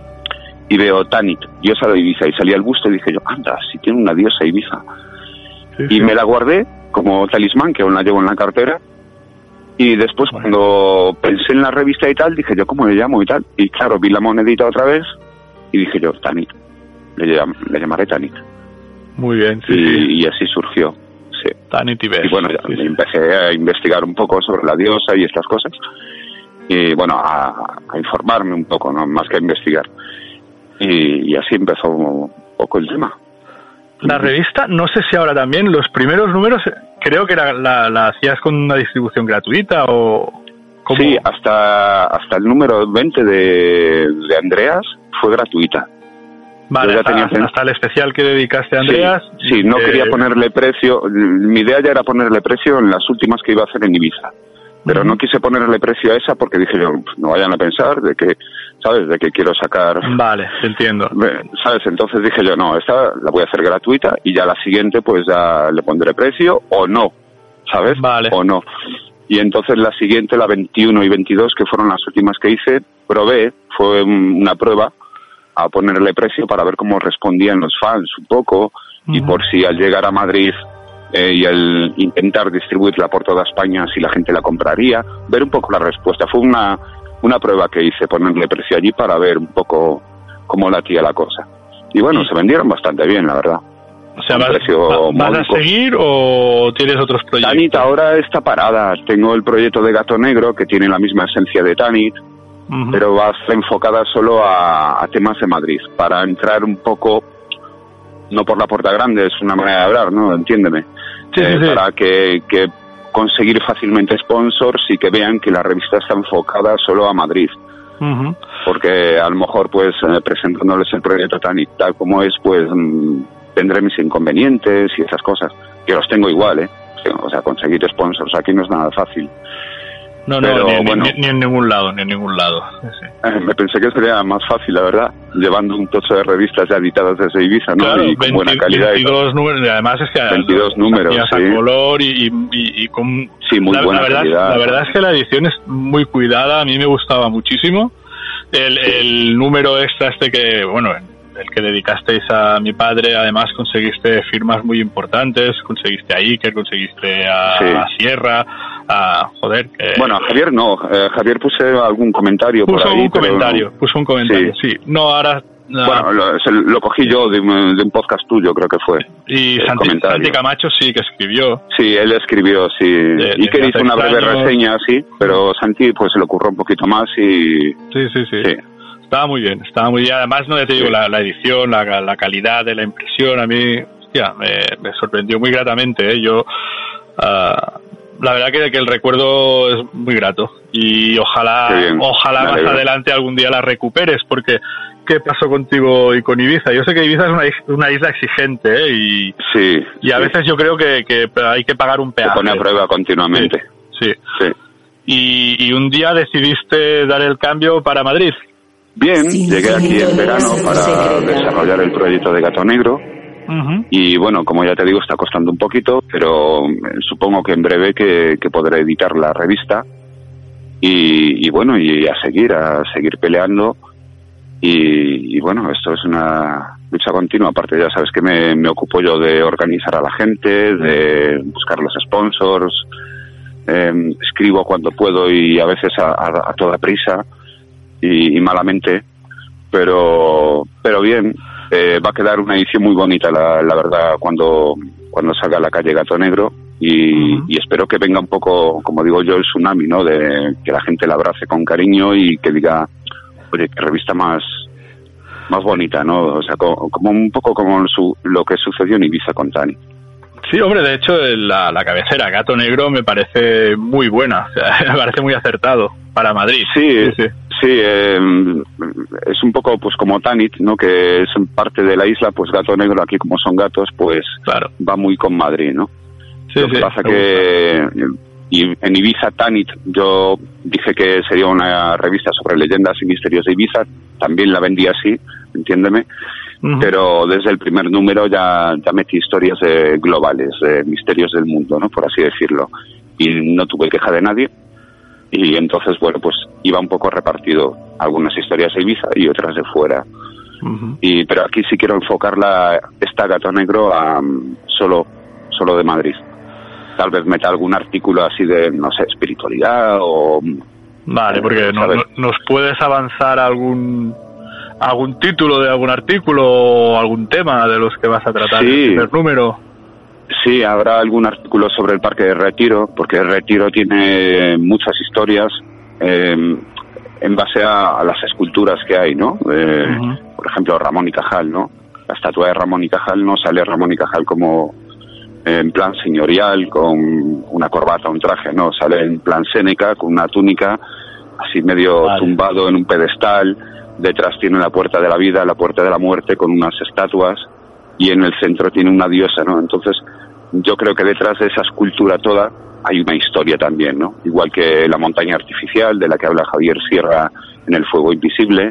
Y veo Tanit, diosa de Ibiza, y salía el busto y dije yo, anda, si tiene una diosa Ibiza. Sí, y sí. me la guardé como talismán, que aún la llevo en la cartera, y después bueno. cuando pensé en la revista y tal, dije yo, ¿cómo le llamo y tal? Y claro, vi la monedita otra vez, y dije yo, Tanit, le, llam, le llamaré Tanit. Muy bien, sí, y, sí. y así surgió, sí. Tanit y, y bueno, ya sí, empecé sí. a investigar un poco sobre la diosa y estas cosas, y bueno, a, a informarme un poco, no más que a investigar. Y, y así empezó un poco el tema. La revista, no sé si ahora también, los primeros números, creo que la, la, la hacías con una distribución gratuita o... ¿cómo? Sí, hasta hasta el número veinte de, de Andreas fue gratuita. Vale, ya hasta, tenía... hasta el especial que dedicaste a Andreas. Sí, sí no eh... quería ponerle precio, mi idea ya era ponerle precio en las últimas que iba a hacer en Ibiza. Pero uh-huh. no quise ponerle precio a esa porque dije yo, no vayan a pensar de que, ¿sabes? De que quiero sacar... Vale, te entiendo. ¿Sabes? Entonces dije yo, no, esta la voy a hacer gratuita y ya la siguiente pues ya le pondré precio o no, ¿sabes? Vale. O no. Y entonces la siguiente, la veintiuno y veintidós, que fueron las últimas que hice, probé, fue una prueba a ponerle precio para ver cómo respondían los fans un poco uh-huh. y por si al llegar a Madrid... Eh, y el intentar distribuirla por toda España, si la gente la compraría, ver un poco la respuesta. Fue una, una prueba que hice, ponerle precio allí para ver un poco cómo latía la cosa. Y bueno, sí. se vendieron bastante bien, la verdad. O sea, ¿vas, ¿vas a seguir o tienes otros proyectos? Tanit ahora está parada. Tengo el proyecto de Gato Negro, que tiene la misma esencia de Tanit, uh-huh. pero va enfocada solo a, a temas de Madrid, para entrar un poco... no por la puerta grande, es una manera de hablar, ¿no? Entiéndeme. Sí, eh, sí, sí. Para que, que conseguir fácilmente sponsors y que vean que la revista está enfocada solo a Madrid. Uh-huh. Porque a lo mejor, pues, eh, presentándoles el proyecto tan y tal como es, pues, mmm, tendré mis inconvenientes y esas cosas. Que los tengo igual, ¿eh? O sea, conseguir sponsors aquí no es nada fácil. No, no, Pero, ni, bueno, ni, ni en ningún lado, ni en ningún lado. Sí. Eh, me pensé que sería más fácil, la verdad, llevando un tocho de revistas ya editadas desde Ibiza, ¿no? Claro, y con veinte, buena calidad. veintidós y números, y además es que... veintidós números, sí. A color y, y, y con... Sí, muy la, buena la verdad, calidad. La verdad es que la edición es muy cuidada, a mí me gustaba muchísimo. El, sí. el número extra este que, bueno... el que dedicasteis a mi padre, además conseguiste firmas muy importantes, conseguiste a Iker, conseguiste a, sí. a Sierra, a... joder... Que... Bueno, a Javier no, eh, Javier puse algún comentario puso por ahí. Un comentario, pero... Puso un comentario, sí. sí. No, ahora... No. Bueno, lo, se, lo cogí yo de un, de un podcast tuyo, creo que fue. Y Santi, Santi Camacho sí que escribió. Sí, él escribió, sí. De, Iker de hizo una breve años. reseña, sí, pero Santi pues se le ocurrió un poquito más y... Sí, sí, sí. sí. Estaba muy bien, estaba muy bien. Además, no te digo, sí. la, la edición, la, la calidad de la impresión, a mí, hostia, me, me sorprendió muy gratamente, ¿eh? Yo, uh, la verdad que, que el recuerdo es muy grato. Y ojalá, ojalá más adelante algún día la recuperes, porque ¿qué pasó contigo y con Ibiza? Yo sé que Ibiza es una, una isla exigente, ¿eh? Y, sí, y a sí. veces yo creo que, que hay que pagar un peaje. Se pone a prueba continuamente. Sí. sí. sí. Y, y un día decidiste dar el cambio para Madrid. Bien, llegué aquí en verano para desarrollar el proyecto de Gato Negro uh-huh. y bueno, como ya te digo, está costando un poquito, pero supongo que en breve que, que podré editar la revista y, y bueno, y a seguir, a seguir peleando y, y bueno, esto es una lucha continua. Aparte ya sabes que me, me ocupo yo de organizar a la gente, de buscar los sponsors, eh, escribo cuando puedo y a veces a, a, a toda prisa. Y, y malamente, pero pero bien, eh, va a quedar una edición muy bonita, la, la verdad, cuando cuando salga a la calle Gato Negro y, uh-huh. y espero que venga un poco, como digo yo, el tsunami, ¿no? De que la gente la abrace con cariño y que diga, oye, qué revista más más bonita, ¿no? O sea, como, como un poco como su, lo que sucedió en Ibiza con Tani. Sí, hombre, de hecho la, la cabecera Gato Negro me parece muy buena, o sea, me parece muy acertado para Madrid. Sí, sí, sí. sí eh, es un poco pues como Tanit, ¿no? Que es parte de la isla, pues Gato Negro aquí como son gatos, pues claro. va muy con Madrid, ¿no? Sí, Lo que sí, pasa que y en Ibiza Tanit yo dije que sería una revista sobre leyendas y misterios de Ibiza, también la vendí así, entiéndeme. Uh-huh. Pero desde el primer número ya, ya metí historias eh, globales, eh, misterios del mundo, ¿no? Por así decirlo. Y no tuve queja de nadie. Y entonces, bueno, pues iba un poco repartido. Algunas historias de Ibiza y otras de fuera. Uh-huh. Y pero aquí sí quiero enfocarla, esta Gato Negro, a um, solo, solo de Madrid. Tal vez meta algún artículo así de, no sé, espiritualidad o... Vale, porque no, no, ¿nos puedes avanzar algún... algún título de algún artículo o algún tema de los que vas a tratar sí, en el primer número? Sí, habrá algún artículo sobre el Parque de Retiro, porque el Retiro tiene muchas historias eh, en base a, a las esculturas que hay, ¿no? Eh, uh-huh. Por ejemplo, Ramón y Cajal, ¿no? la estatua de Ramón y Cajal no sale Ramón y Cajal como en plan señorial, con una corbata, un traje, no, sale en plan Séneca, con una túnica, así medio vale. tumbado en un pedestal, detrás tiene la puerta de la vida, la puerta de la muerte, con unas estatuas, y en el centro tiene una diosa, ¿no? Entonces, yo creo que detrás de esa escultura toda hay una historia también, ¿no? Igual que la montaña artificial, de la que habla Javier Sierra en El fuego invisible,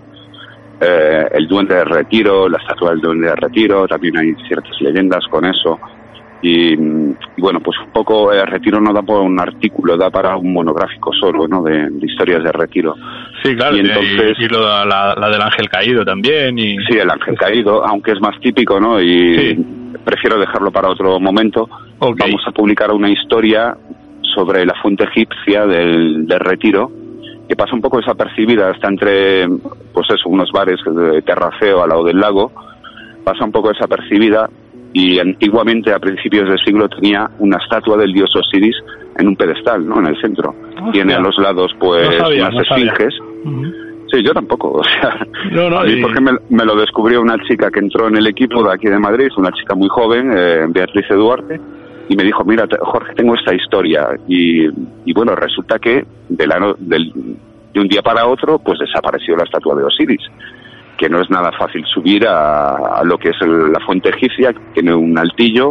eh, el duende de Retiro, la estatua del duende de Retiro, también hay ciertas leyendas con eso. Y, y bueno, pues un poco el Retiro no da para un artículo, da para un monográfico solo, ¿no? De, de historias de Retiro. Sí, claro, y, entonces, y, y lo, la, la del ángel caído también. Y... Sí, el ángel caído, aunque es más típico, ¿no? Y sí. prefiero dejarlo para otro momento. Okay. Vamos a publicar una historia sobre la fuente egipcia del, del Retiro, que pasa un poco desapercibida, está entre, pues eso, unos bares de terraceo al lado del lago, pasa un poco desapercibida. Y antiguamente, a principios del siglo, tenía una estatua del dios Osiris en un pedestal, ¿no? En el centro. Hostia. Tiene a los lados, pues, no sabía, unas no esfinges. Uh-huh. Sí, yo tampoco, o sea... No, no, a mí y... porque me, me lo descubrió una chica que entró en el equipo de aquí de Madrid, una chica muy joven, eh, Beatriz Duarte, y me dijo, mira, Jorge, tengo esta historia. Y, y bueno, resulta que de, la, del, de un día para otro, pues desapareció la estatua de Osiris, que no es nada fácil subir a, a lo que es el, la fuente egipcia, que tiene un altillo,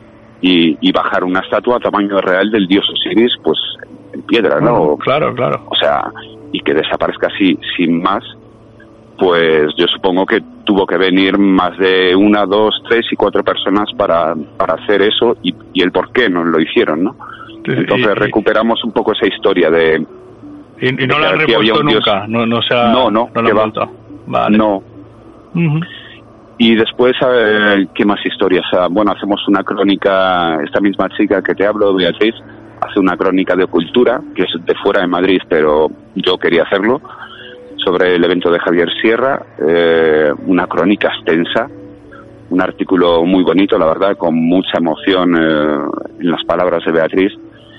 y, y bajar una estatua a tamaño real del dios Osiris, pues en piedra, ¿no? Mm, claro, claro. O sea, y que desaparezca así, sin más, pues yo supongo que tuvo que venir más de una, dos, tres y cuatro personas para, para hacer eso, y, y el por qué no lo hicieron, ¿no? Entonces y, recuperamos un poco esa historia de... Y, y no la han repuesto nunca, no, no se ha... No, no, no la han vuelto. Vale. No. Uh-huh. Y después, eh, ¿qué más historias? O sea, bueno, hacemos una crónica, esta misma chica que te hablo, Beatriz, hace una crónica de cultura, que es de fuera de Madrid, pero yo quería hacerlo, sobre el evento de Javier Sierra, eh, una crónica extensa, un artículo muy bonito, la verdad, con mucha emoción eh, en las palabras de Beatriz.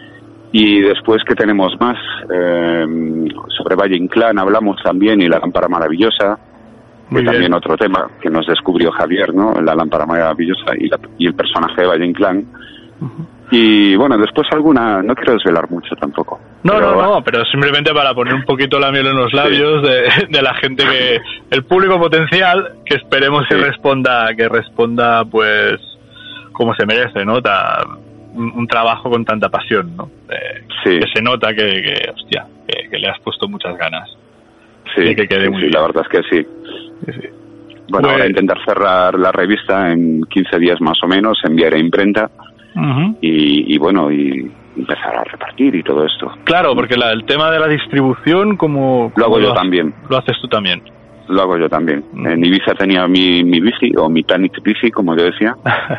Y después, ¿qué tenemos más? Eh, sobre Valle Inclán hablamos también, y la lámpara maravillosa, Muy que bien. También otro tema que nos descubrió Javier, ¿no? La lámpara maravillosa y, la, y el personaje de Valle Inclán. Uh-huh. Y bueno, después alguna, no quiero desvelar mucho tampoco. No, pero, no, no, pero simplemente para poner un poquito la miel en los labios sí. de, de la gente que, el público potencial, que esperemos sí. que responda, que responda pues como se merece, ¿no? Ta, un trabajo con tanta pasión, ¿no? Eh, sí. Que se nota que, que hostia, que, que le has puesto muchas ganas. Sí, y que quede sí, muy sí bien. La verdad es que sí. sí, sí. Bueno, pues, ahora intentar cerrar la revista en quince días más o menos, enviar a imprenta uh-huh. y, y bueno, y empezar a repartir y todo esto. Claro, porque la, el tema de la distribución, como lo hago yo también. Lo haces tú también. Lo hago yo también. Uh-huh. En Ibiza tenía mi, mi bici, o mi Tanit bici, como yo decía.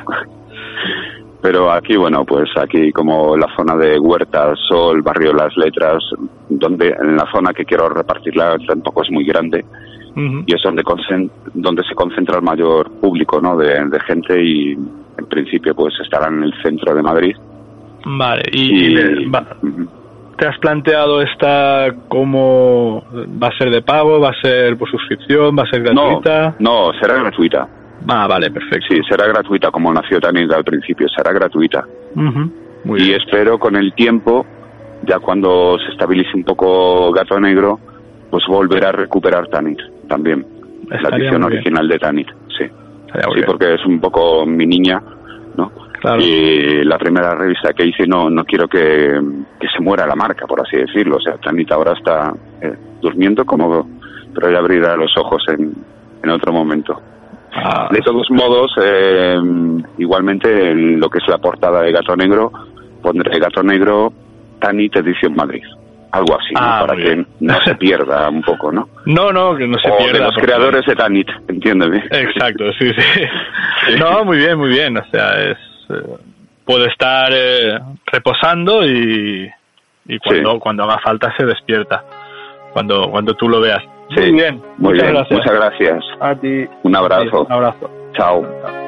Pero aquí, bueno, pues aquí como la zona de Huerta, Sol, Barrio Las Letras, donde en la zona que quiero repartirla tampoco es muy grande, uh-huh. y es donde concent- donde se concentra el mayor público, ¿no? De, de gente, y en principio pues estará en el centro de Madrid. Vale, y, y le, va, ¿te has planteado esta como va a ser de pago, va a ser por suscripción, va a ser gratuita? No, no, será gratuita. Ah, vale, perfecto. Sí, será gratuita, como nació también al principio, será gratuita. Uh-huh. Muy y bien. Espero con el tiempo, ya cuando se estabilice un poco Gato Negro, pues volver a recuperar Tanit también. Estaría la edición original de Tanit, sí. Sí, bien. Porque es un poco mi niña, ¿no? Claro. Y la primera revista que hice, no no quiero que, que se muera la marca, por así decirlo. O sea, Tanit ahora está eh, durmiendo, como, pero ya abrirá los ojos en, en otro momento. Ah, de todos modos, eh, igualmente en lo que es la portada de Gato Negro, pondré Gato Negro Tanit Edición Madrid. Algo así, ah, ¿no? Para que bien. no se pierda un poco, ¿no? No, no, que no se o pierda. De los porque... creadores de Tanit, entiéndeme. Exacto, sí, sí. No, muy bien, muy bien. O sea, es eh, puede estar eh, reposando y, y cuando, sí. cuando haga falta se despierta. Cuando, cuando tú lo veas. Sí, muy bien, muy muchas bien. gracias. Muchas gracias. A ti. Un abrazo. Sí, un abrazo. Chao.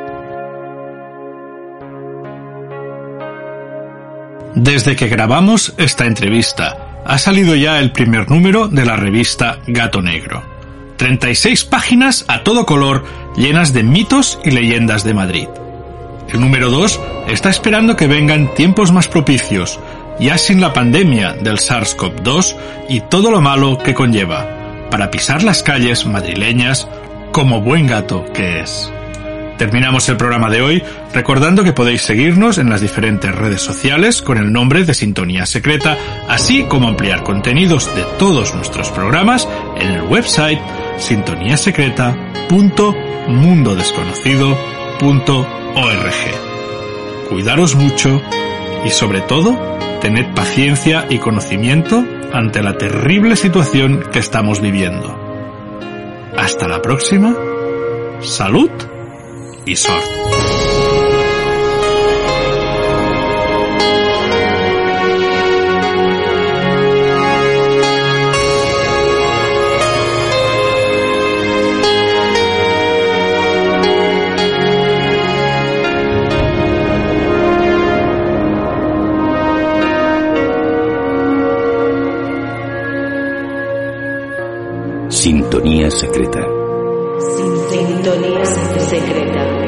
Desde que grabamos esta entrevista, ha salido ya el primer número de la revista Gato Negro. treinta y seis páginas a todo color llenas de mitos y leyendas de Madrid. El número dos está esperando que vengan tiempos más propicios, ya sin la pandemia del SARS CoV dos y todo lo malo que conlleva, para pisar las calles madrileñas como buen gato que es. Terminamos el programa de hoy recordando que podéis seguirnos en las diferentes redes sociales con el nombre de Sintonía Secreta, así como ampliar contenidos de todos nuestros programas en el website sintonía secreta punto mundo desconocido punto org. Cuidaros mucho y sobre todo, tened paciencia y conocimiento ante la terrible situación que estamos viviendo. Hasta la próxima. Salud y sort. Sintonía secreta. Sintonía secreta.